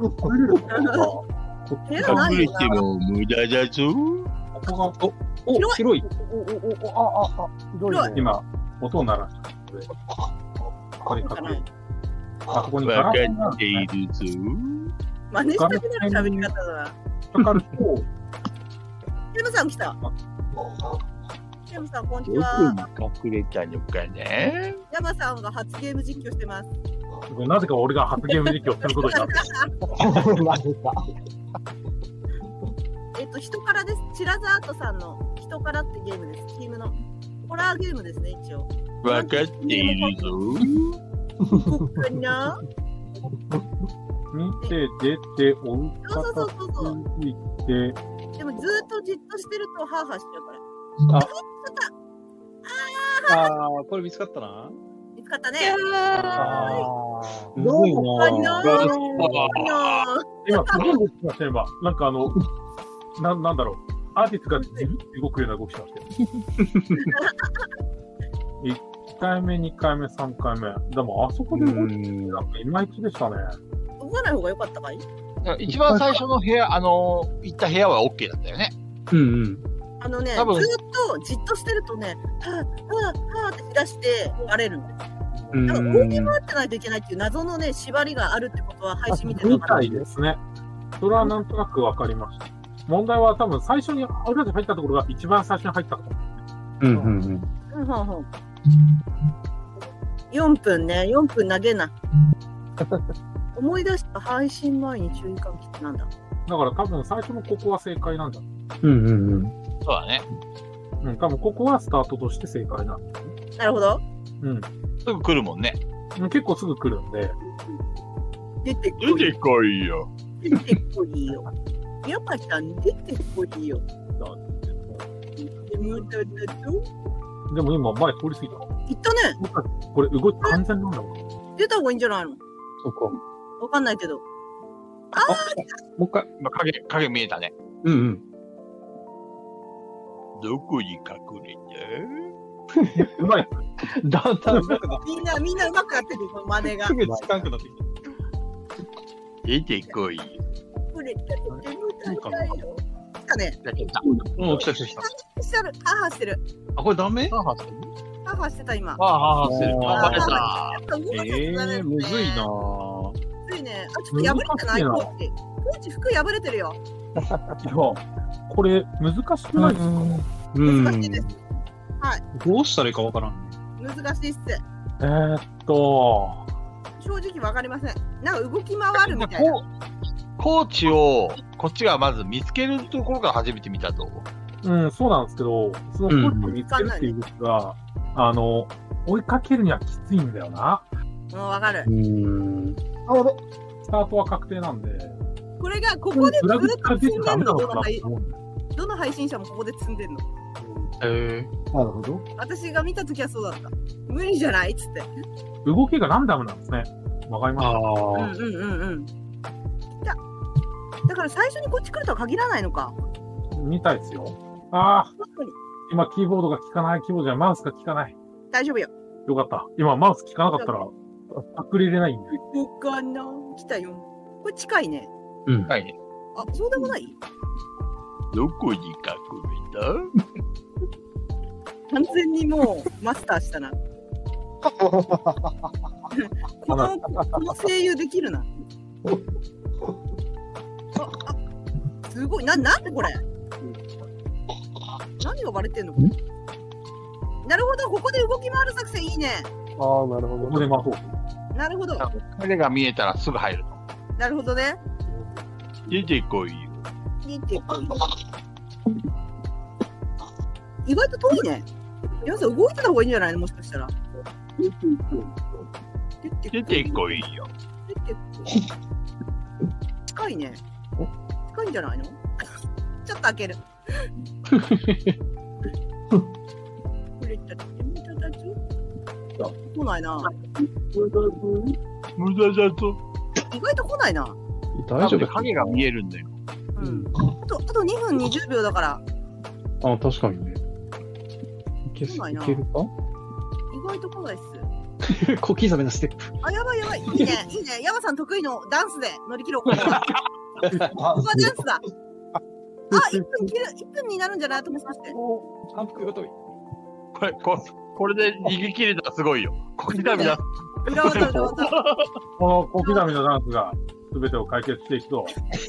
だ。隠れても無駄だぞ。 お、お、広い。 お、お、お、あ、あ、あ、 広い。 今、音を鳴らした。ここに隠れて。あ、ここに分かっているぞ。 真似したくなる喋り方だな。 かかると。 ケムさん来た。ケムさん、こんにちは。 どこに隠れたのかな。 山さんが初ゲーム実況してます。 なぜか俺が初ゲーム実況することになって。 なぜか。 えっと、人からです。チラザートさんの人からってゲームです。チームのホラーゲームですね、一応。 分かっているぞ。 ここかな見て、出て、追うそうそうそうそう。 ついて。 でもずっとじっとしてるとハーハーしちゃうから。 ああー、これ見つかったな。 見つかったね。 どうかな。 今、すごい動きました、今。なんかあの、な、なんだろう。アーティストがずるって動くような動きしましたよ。いっかいめ、にかいめ、さんかいめ。でも、あそこで動いてなんかいまいちでしたね。 動かない方が良かったかい？ 一番最初の部屋、あのー、行った部屋は OK だったよね。 うんうん。 あのね、ずっとじっとしてるとね、はぁ、はぁ、はぁって出してバレるんだよ。だから動き回ってないといけないっていう謎のね、縛りがあるってことは配信見てるみたいですね。それはなんとなくわかりました。問題は多分最初に俺たち入ったところが一番最初に入ったところ。 うんうんうん。 うんうんうん。よんぷんね、よんぷん投げな。思い出した配信前に注意喚起ってなんだ。 だから多分最初のここは正解なんだ。 うんうんうん。 そうだね。 うん、多分ここはスタートとして正解なんだ。 なるほど。 うん。 すぐ来るもんね。 結構すぐ来るんで。 出てこい。出てこいよ。 出てこいよ。山ちゃん出てこいよ。 でも今前通り過ぎた。 行ったね。 これ動き完全なんだもん。 出た方がいいんじゃないの？ そこ。 わかんないけど。ああ。 もう一回。 今影影見えたね。 うんうん。 どこに隠れた？うまい。 だんだんみんなみんなうまくなってるこの真似が。 すぐ近くなってきた。出てこいよ。 これってとても大変よ。来たね。 来た。 うん、来た来た来た。 してる。ハーハーしてる。 あ、これダメ？ ハーハーしてる。 ハーハーしてた今。 ハーハーしてる。あ、バレた。 ええ、むずいなぁ。 むずいね。あ、ちょっと破れてないコーチ。コーチ服破れてるよ。 いや、これ難しくないですか？ 難しいです。はい。 どうしたらいいかわからん。 難しいっす。 えーっと。 正直わかりません。なんか動き回るみたいな。 コーチをこっちがまず見つけるところから初めて見たと。 うん、そうなんですけど、そのコーチを見つけるっていう動きが、うん、あの、追いかけるにはきついんだよな。 うん、わかる。 うん。 あ、やべ。スタートは確定なんで。 これがここでずっと積んでんの？どの配どの配信者もここで積んでんの？ へえー。なるほど。 私が見たときはそうだった。無理じゃないっつって。 動きがランダムなんですね。わかりました。 うんうんうんうん。だから最初にこっち来るとは限らないのか。 みたいですよ。ああ。今キーボードが効かない。キーボードじゃマウスが効かない。 大丈夫よ。 よかった。今マウス効かなかったら隠れれないんで。 ここかな。来たよ。これ近いね。 うん。 近いね。 あ、そうでもない？ どこに隠れた？ 完全にもうマスターしたな。このこの声優できるな。ああ、すごい。な、なんでこれ？何がバレてんのこれ？なるほど、ここで動き回る作戦いいね。 ああ、なるほど。 ここで回そう。 なるほど。 影が見えたらすぐ入るの。 なるほどね。 出てこいよ。 出てこいよ。意外と遠いね。皆さん動いてた方がいいんじゃないのもしかしたら。 出てこいよ。 出てこい。近いね。近いんじゃないの？ちょっと開ける。これだって無駄だぞ。 。 来ないな。 無駄だと。 意外と来ないな。 大丈夫。 影が見えるんだよ。 うん。あと、あとにふんにじゅうびょうだから。 あ、確かにね。いけるか？ 意外と来ないっす。 小刻みなステップ。 あ、やばいやばい。いいね、いいね。山さん得意のダンスで乗り切ろう。ここはダンスだ。あ、いっぷん切る、いっぷんになるんじゃないと思いまして。 反復ごとに。 これ、ここれで逃げ切れたらすごいよ。小刻みな。 裏技裏技。 この小刻みなダンスが全てを解決していくと。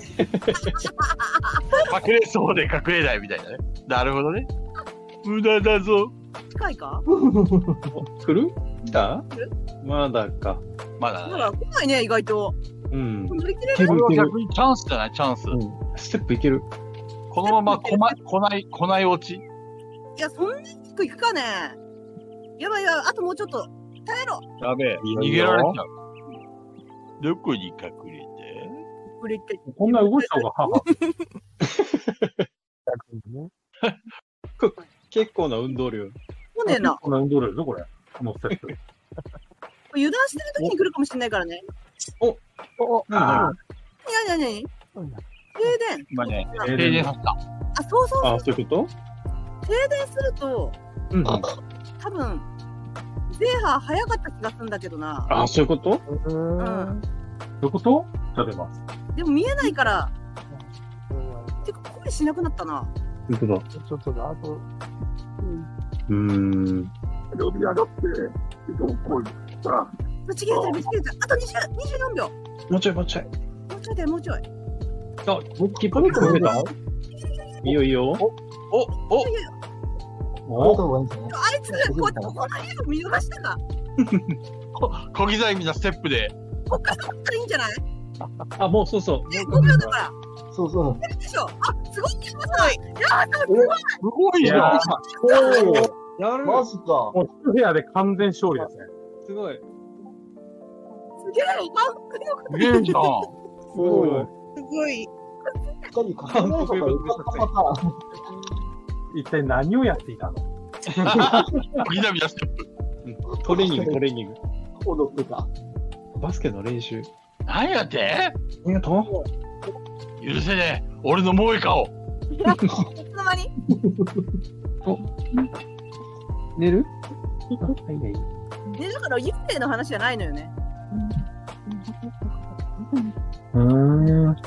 隠れそうで隠れないみたいなね。なるほどね。無駄だぞ。 近いか？ 来る？来た？まだか。 まだまだ来ないね、意外と。 うん。 乗り切れる？ これは逆にチャンスじゃない？チャンス。 ステップいける？ このままこま、こない、こない落ち？ いや、そんなに低くいくかね。やばいやばい、あともうちょっと。耐えろ。 やべえ、逃げられちゃう。どこに隠れて？ 隠れて。 こんな動いた方が母。 結構な運動量。 そうねえな。 結構な運動量ですよ、これ。このステップ。 油断してる時に来るかもしれないからね。 おおなになになに停電。 今ね、停電させた。 あ、そうそうそう。 あ、そういうこと？ 停電すると、うん、多分、ゼーハー早かった気がするんだけどな。 あ、そういうこと？ うん。 そういうこと食べます。 でも見えないから、てか声しなくなったな。 本当だ。 ちょっとな、あと。 うーん。 呼び上がって、どこ行った？ 間違えてる、間違えてる。あとにじゅう、にじゅうよんびょう。 もうちょい、もうちょい。 もうちょいだよ、もうちょい。 あ、キップミック増えた？いいよいいよ。 お、お、お。 おあいつ、こう、ここの家を見逃したか。 小刻みなステップで。 こっからこっからいいんじゃない？ あ、もうそうそう。 ごびょうだから。 そうそう。 やるでしょ。あ、すごい、やばい。やばい、すごい。 すごいじゃん。 やる。 マジか。 もう一部屋で完全勝利ですね。 すごい。 すげえ。 すげえじゃん。 すごい。 すごい。 一体何をやっていたの？ みなみなステップ。 トレーニング、トレーニング。 踊ってた。 バスケの練習。 何やって？ ありがとう。許せねえ。俺の萌え顔。 いつの間に？ お、寝る？はいはい。 で、だから幽霊の話じゃないのよね。 うーん。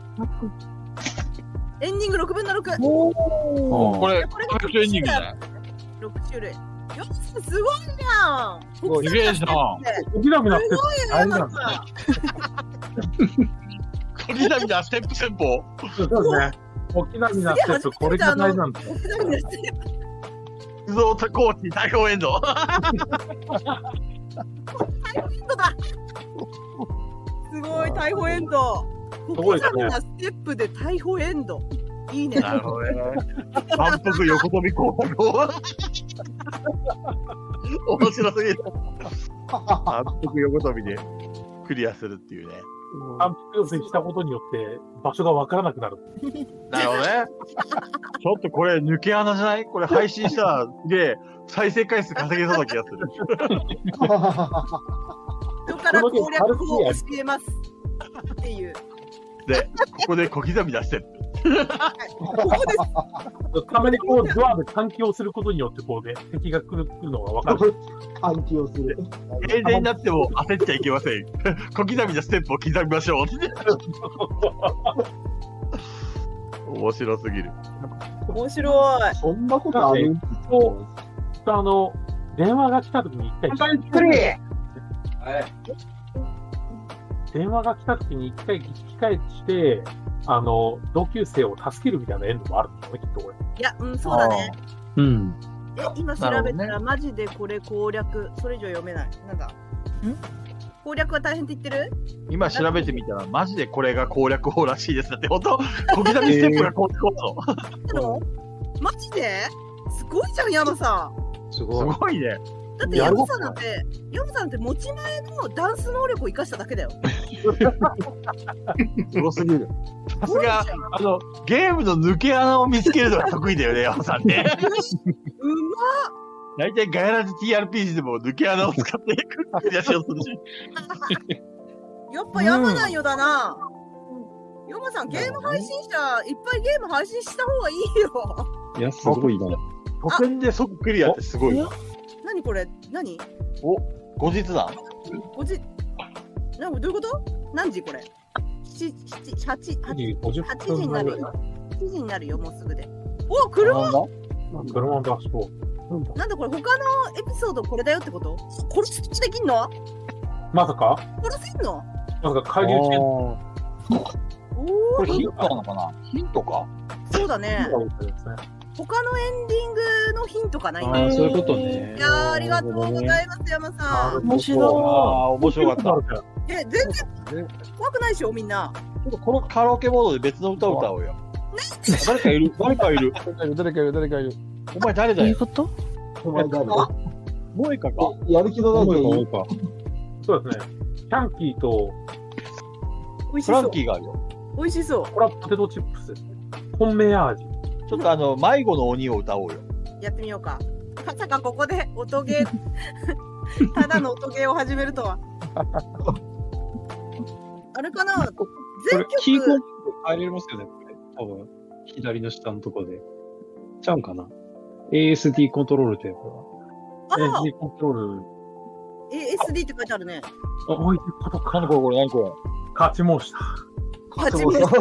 エンディングろくぶんのろく。 おー。これ、これエンディングじゃない？ ろく種類。よし、すごいじゃん。 すごいじゃん。 小刻みなステップ。 すごいよ、山さん。 小刻みなステップ戦法。 そうですね。小刻みなステップ、これが大事なんですよ。 小刻みなステップ。 不動コーチ対応エンド。 対応エンドだ。すごい、逮捕エンド。小刻みなステップで逮捕エンド。いいね。 なるほどね。反復横跳び攻撃。面白すぎる。反復横跳びでクリアするっていうね。 反復横跳びしたことによって場所がわからなくなる。 なるほどね。ちょっとこれ抜け穴じゃない？これ配信したらすげえ再生回数稼げそうな気がする。 人から攻略法を教えますっていう。 で、ここで小刻み出してる。 ここです。 たまにこうドアで換気をすることによってこうね、敵が来る来るのがわかる。 換気をする。 停電になっても焦っちゃいけません。小刻みなステップを刻みましょう。面白すぎる。 面白い。 そんなことある？ そう。あの電話が来た時に一回。はい。電話が来た時に一回聞き返して、あの、同級生を助けるみたいなエンドもあるんですよね、きっとこれ。 いや、うん、そうだね。 うん。 え、今調べたら、マジでこれ攻略、それ以上読めない。なんだん攻略は大変って言ってる？ 今調べてみたら、マジでこれが攻略法らしいです。だって、本当小刻みステップが攻略法なの。 マジですごいじゃん、山さん。 すごい。すごいね。 だって山さんなんて、山さんって持ち前のダンス能力を生かしただけだよ。 すごすぎる。さすが、あの、ゲームの抜け穴を見つけるのが得意だよね、山さんね。 うまっ。 大体ガヤラジ ティーアールピージー でも抜け穴を使ってクリアしようとするし。 やっぱ山なんよだな。山さん、ゲーム配信者、いっぱいゲーム配信した方がいいよ。 いや、すごいな。 保険で即クリアってすごいな。 何これ何お、後日談後日、なんかどういうこと何時これ ?しち、はち、はち、はちじになるよ。はちじになるよ、もうすぐで。お、車車出しと。 なんだこれ、他のエピソードこれだよってこと？これスイッチできんの？ まさか殺せんの？ まさか海流してんの？ これヒントなのかな？ヒントか？ そうだね。他のエンディングのヒントかな今。 あ、そういうことね。 いやー、ありがとうございます、山さん。 面白い。ああ、面白かった。 え、全然怖くないでしょ、みんな。 ちょっとこのカラオケモードで別の歌を歌おうよ。誰かいる？誰かいる？ 誰かいる？誰かいる？ お前誰だよ？ どういうこと？ お前誰？ 萌香か？ やる気のない萌香。そうですね。キャンキーとフランキーがあるよ。 美味しそう。 これはポテトチップスです。本命味。 ちょっとあの、迷子の鬼を歌おうよ。 やってみようか。まさかここで音ゲー、ただの音ゲーを始めるとは。あれかな全曲。 キーコン変えれますよね、これ。多分、左の下のとこで。ちゃうんかな エーエスディー コントロールってやつは。 エーエスディーコントロール。 エーエスディー って書いてあるね。 あ、置いてることか。 何これこれ何これ勝ち申した。 勝ち申した。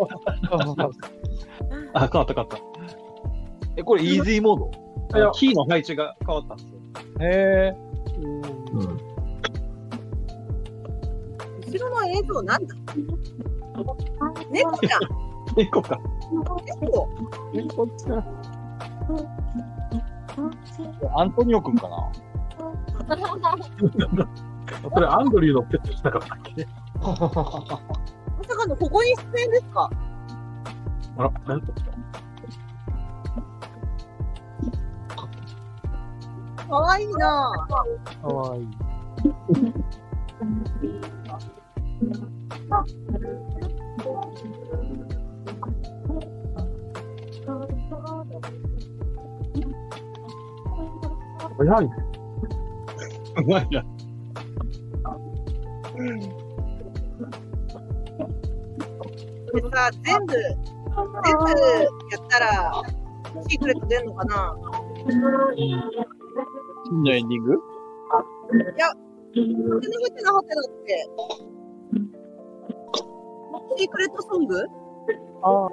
あ、変わった変わった。 え、これイージーモード？ キーの配置が変わったんですよ。 へえ。 後ろの映像なんだ？猫じゃん。 猫か。 猫。 猫ちゃん。アントニオくんかな？ それアンドリューのペットしなかったっけ？ まさかのここに出演ですか？ あら、なんとかわいいなぁ。 かわいい。 早いね。 うまいな。 でさ、全部、全部やったら、シークレット出んのかな？ 真のエンディング？ いや、手の手のはてなって。シークレットソング？ ああ。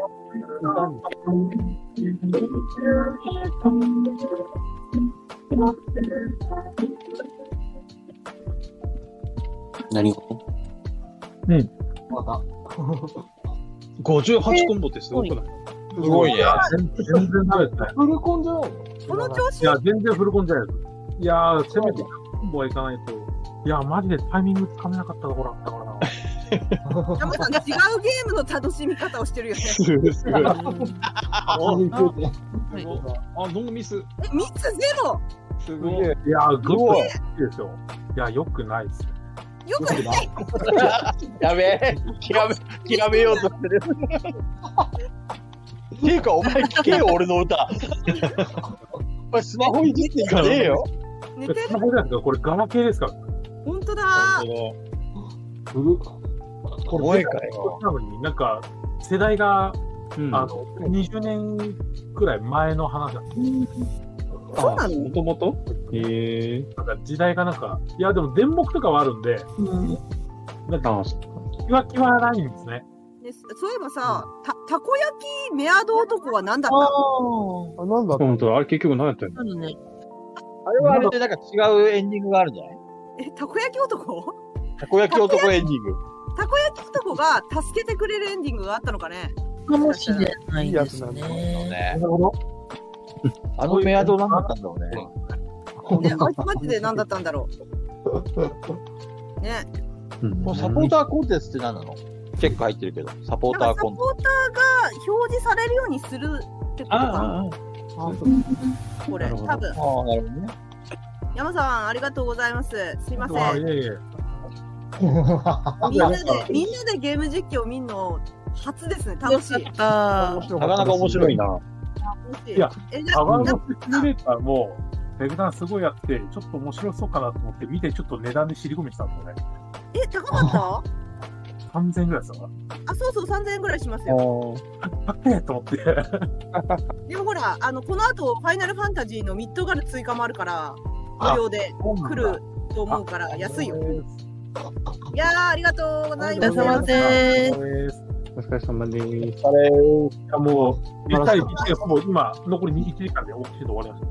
何が？ うん。 また。 ごじゅうはちコンボってすごくない？ すごいね。 全然ダメですね。 フルコンじゃないの？ この調子。 いや、全然フルコンじゃないです。いやー、せめてコンボはいかないと。いや、マジでタイミングつかめなかったところあったからな。 山さん、違うゲームの楽しみ方をしてるよね。 すごい。すごい。 あ、 あ、ノーミス。 え、ミスゼロ。 すごい。 いやー、グッドですよ。いや、よくないですね。 よくない。 やべえ、きらめ、きらめようとしてる。っていうか、お前聞けよ、俺の歌。お前スマホいじってんじゃねえよ。 寝てる。 スマホじゃないですか、これガラケーですから。 本当だフル。 これ、前かよ。なのに、なんか、世代が、うん、あの、にじゅうねんくらい前の話だ。 そうなの？ もともと？へえ。 なんか時代がなんか、いや、でも電木とかはあるんで、うん、なんか、キワキワないんですね。 ね、そういえばさ、た、たこ焼きメアド男は何だったの？ あ、なんだった？ 本当、あれ結局何やったの？ ね、 あれはあれでなんか違うエンディングがあるんじゃない？ え、たこ焼き男？ たこ焼き男エンディング。 たこ焼き男が助けてくれるエンディングがあったのかね？ かもしれないですね。 なるほど。あのメアド何だったんだろうね。 ね、あいつマジで何だったんだろう。ね。 このサポーターコンテンツって何なの？チェック入ってるけど、サポーターコンテンツ。 サポーターが表示されるようにするってことかな。これ、多分。 ああ、なるほどね。 山さん、ありがとうございます。すいません。あ、いえいえ。みんなで、みんなでゲーム実況を見るの初ですね。楽しい。 なかなか面白いな。 いや、サバのシミュレーターも、 ペグダンすごいやって、ちょっと面白そうかなと思って見て、ちょっと値段で尻込みしたんだよね。 え、高かったさんぜんえんぐらいですか？ あ、そうそう、さんぜんえんぐらいしますよ。 高えと思って。 でもほら、あの、この後、ファイナルファンタジーのミッドガル追加もあるから、無料で来ると思うから、安いよ。いやー、ありがとうございます。 お疲れ様でーす。お疲れ様でーす。 あれー、もう、実際、ほぼ今、残りいちじかんでオークションで終わりました。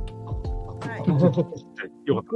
はい。よかった。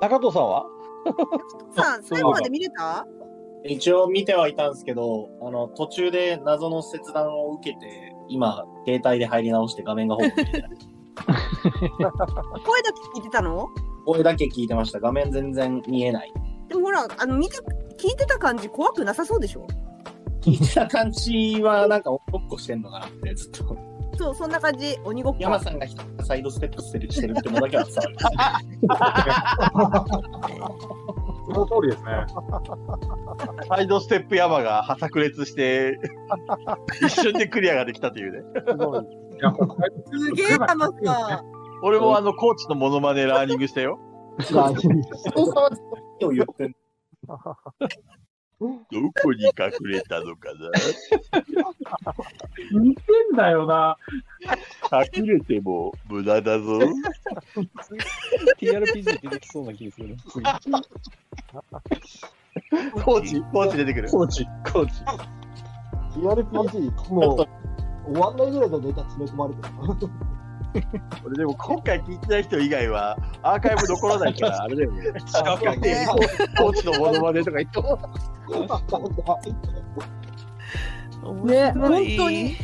中藤さんはさん、最後まで見れた？ 一応見てはいたんですけど、あの、途中で謎の切断を受けて、今、携帯で入り直して画面がほぼ見えてない。 声だけ聞いてたの？ 声だけ聞いてました。画面全然見えない。 でもほら、あの、見て、聞いてた感じ怖くなさそうでしょ？ 聞いてた感じは、なんか、おっこしてんのかなって、ずっと。 そう、そんな感じ。鬼ごっこ。 山さんがサイドステップしてるしてるってのだけは伝わります。 その通りですね。 サイドステップ山が炸裂して、一瞬でクリアができたというね。 すげえ山さん。 俺もあの、コーチのモノマネラーニングしたよ。ラーニングしたよ。言ってんどこに隠れたのかな似てんだよな。 隠れても無駄だぞ。 ティーアールピージー 出てきそうな気がするね。 コーチ、コーチ出てくる。 コーチ、コーチ。 ティーアールピージー、もう、終わんないぐらいのネタ詰め込まれてる。 俺でも今回聞いてない人以外はアーカイブ残らないからあれだよね。近くでコーチのモノマネとか言っても。 ね、本当に。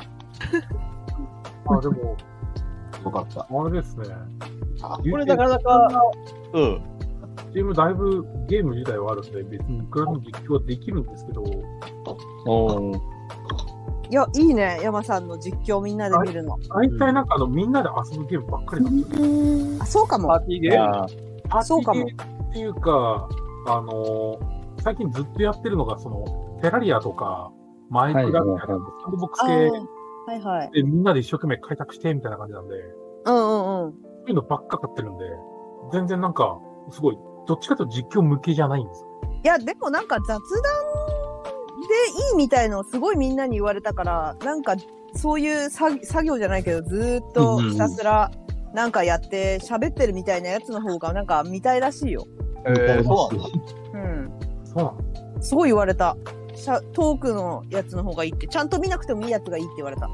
あ、でも、 よかった。 あれですね。 これなかなか、うん。 チームだいぶゲーム自体はあるんで、別にいくらでも実況はできるんですけど。 おー。 いや、いいね、山さんの実況みんなで見るの。 大体なんかあの、みんなで遊ぶゲームばっかりなんですよ。 あ、そうかも。 パーティーゲームパーティーゲームっていうか、あのー、最近ずっとやってるのが、その、テラリアとか、マイクラみたいな、サンドボックス系はいはい。 で、みんなで一生懸命開拓して、みたいな感じなんで、 うんうんうん。 そういうのばっか買ってるんで、全然なんか、すごい、どっちかというと実況向けじゃないんですよ。 いや、でもなんか雑談でいいみたいのをすごいみんなに言われたから、なんかそういう作作業じゃないけど、ずーっとひたすらなんかやって喋ってるみたいなやつの方がなんか見たいらしいよ。 えー、そうなの？ うん。 そうなの？ すごい言われた。トークのやつの方がいいって、ちゃんと見なくてもいいやつがいいって言われた。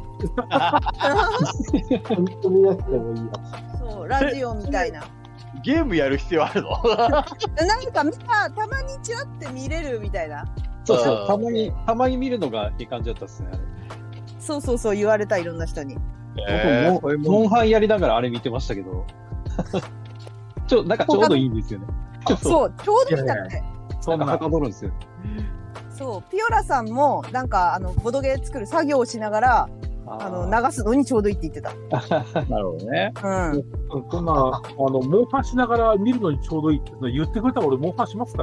ちゃんと見なくてもいいやつ。そう、ラジオみたいな。 ゲームやる必要あるの？ なんか見た、たまにチラって見れるみたいな。 そうそう、たまに、たまに見るのがいい感じだったっすね、あれ。 そうそうそう、言われた、いろんな人に。 えー、僕も、モンハンやりながらあれ見てましたけど、ちょ、なんかちょうどいいんですよね。 そう、ちょうどいいんだって。 そう、なんかはかどるんですよ。 そう、ピオラさんも、なんか、あの、ボドゲー作る作業をしながら、あの、流すのにちょうどいいって言ってた。 なるほどね。 うん。 そんな、あの、モンハンしながら見るのにちょうどいいって言ってくれたら俺、モンハンしますから。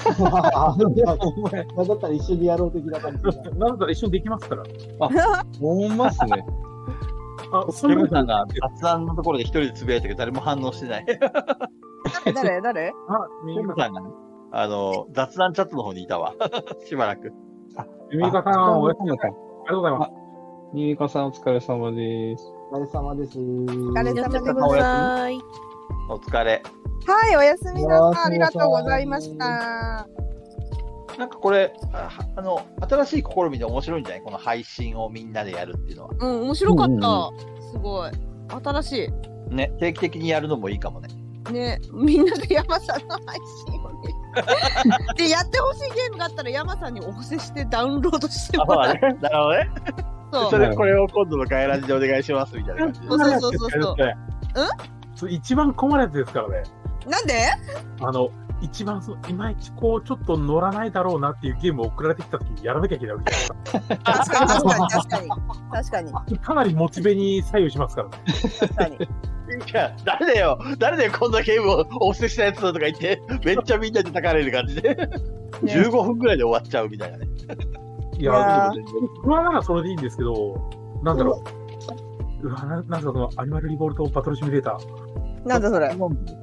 だったら一緒にやろう的な感じ。 なんだったら一緒にできますから。 あ、ほんまっすね。 あ、そういうさんが雑談のところで一人でつぶやいたけど、誰も反応してない。 誰誰あ、ミミカさんがね、あの、雑談チャットの方にいたわ。しばらく。 あ、ミミカさん、おやすみなさい。ありがとうございます。 ミミカさん、お疲れ様です。 お疲れ様です。 お疲れ様でございます。 お疲れ。 はい、おやすみなさい。ありがとうございました。 なんかこれ、あ, あの、新しい試みで面白いんじゃない？この配信をみんなでやるっていうのは。 うん、面白かった。うんうん、すごい。新しい。ね、定期的にやるのもいいかもね。 ね、みんなで山さんの配信をね。で、やってほしいゲームがあったら山さんにお布施してダウンロードしてもらう。 ね、なるほどね。そう。それ、これを今度のガイラジでお願いしますみたいな感じで。 そうそうそうそう。 うん？一番困るやつですからね。 なんで？ あの、一番その、いまいちこう、ちょっと乗らないだろうなっていうゲームを送られてきたときにやらなきゃいけないわけじゃないですか。 確かに確かに確かに。確かに。 かなりモチベに左右しますからね。 確かに。 いや、誰だよ誰だよこんなゲームをお布施したやつだとか言って、めっちゃみんなで叩かれる感じで。ね、じゅうごふんぐらいで終わっちゃうみたいなね。 いや、僕はならそれでいいんですけど、なんだろう。うわ、な、なんかその、アニマルリボルトバトルシミュレーター。 なんだそれ。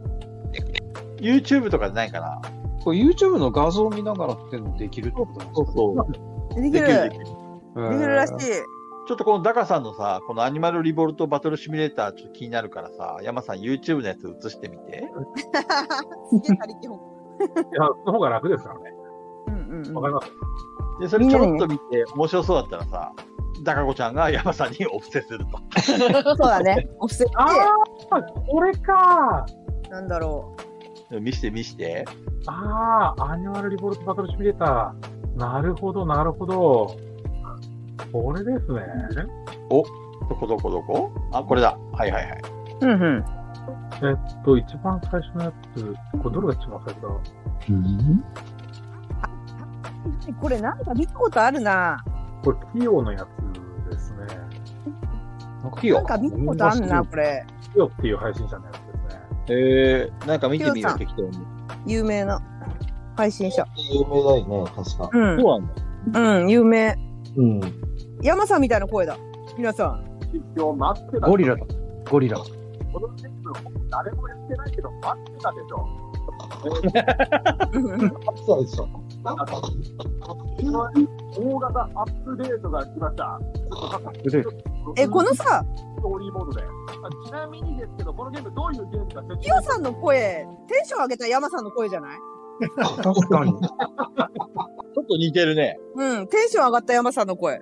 YouTube とかでないかな。 これ YouTube の画像を見ながらっていうのできるってことなんですか？そうそう。できる。できるらしい。 ちょっとこのダカさんのさ、このアニマルリボルトバトルシミュレーターちょっと気になるからさ、山さん YouTube のやつ映してみて。 すげえ他力本。 いや、その方が楽ですからね。 うんうん。 わかります。 で、それちょろっと見て面白そうだったらさ、ダカ子ちゃんが山さんにお布施すると。 そうだね。お布施して。 ああ、これか。 なんだろう。見して見して。 ああ、アニマルリボルトバトルシミュレーター。なるほど、なるほど。これですね。 お、どこどこどこ？あ、これだ。はいはいはい。 うんうん。 えっと、一番最初のやつ、これどれが一番最初だ？うん。 これなんか見たことあるな。 これ、キヨのやつですね。 キヨ？ なんか見たことあるな、これ。 キヨっていう配信者のやつですね。 えー、なんか見てみよう、適当に。 有名な配信者。 有名だよね、確か。 うん。 そうなんだ。うん、有名。 うん。 山さんみたいな声だ。皆さん。 ゴリラだ。ゴリラ。 このチーム、誰もやってないけど、待ってたでしょ。 そうでしょ。 大型アップデートが来ました。 え、このさ、 ストーリーモードで。ちなみにですけど、このゲームどういうゲームか説明。 キヨさんの声、テンション上げた山さんの声じゃない？ 確かに。ちょっと似てるね。 うん、テンション上がった山さんの声。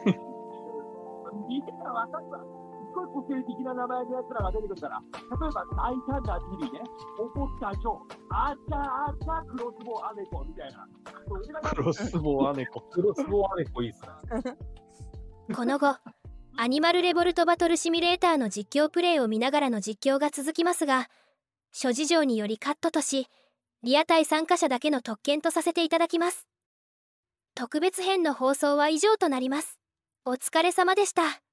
似てたらわかるわ。すごい個性的な名前のやつらが出てくるから、例えば、大胆なビリーね、怒ったジョー、あちゃあちゃクロスボウアネコみたいな。 クロスボウアネコ。 クロスボウアネコいいっすね。 この後、アニマルレボルトバトルシミュレーターの実況プレイを見ながらの実況が続きますが、諸事情によりカットとし、リアタイ参加者だけの特権とさせていただきます。特別編の放送は以上となります。お疲れ様でした。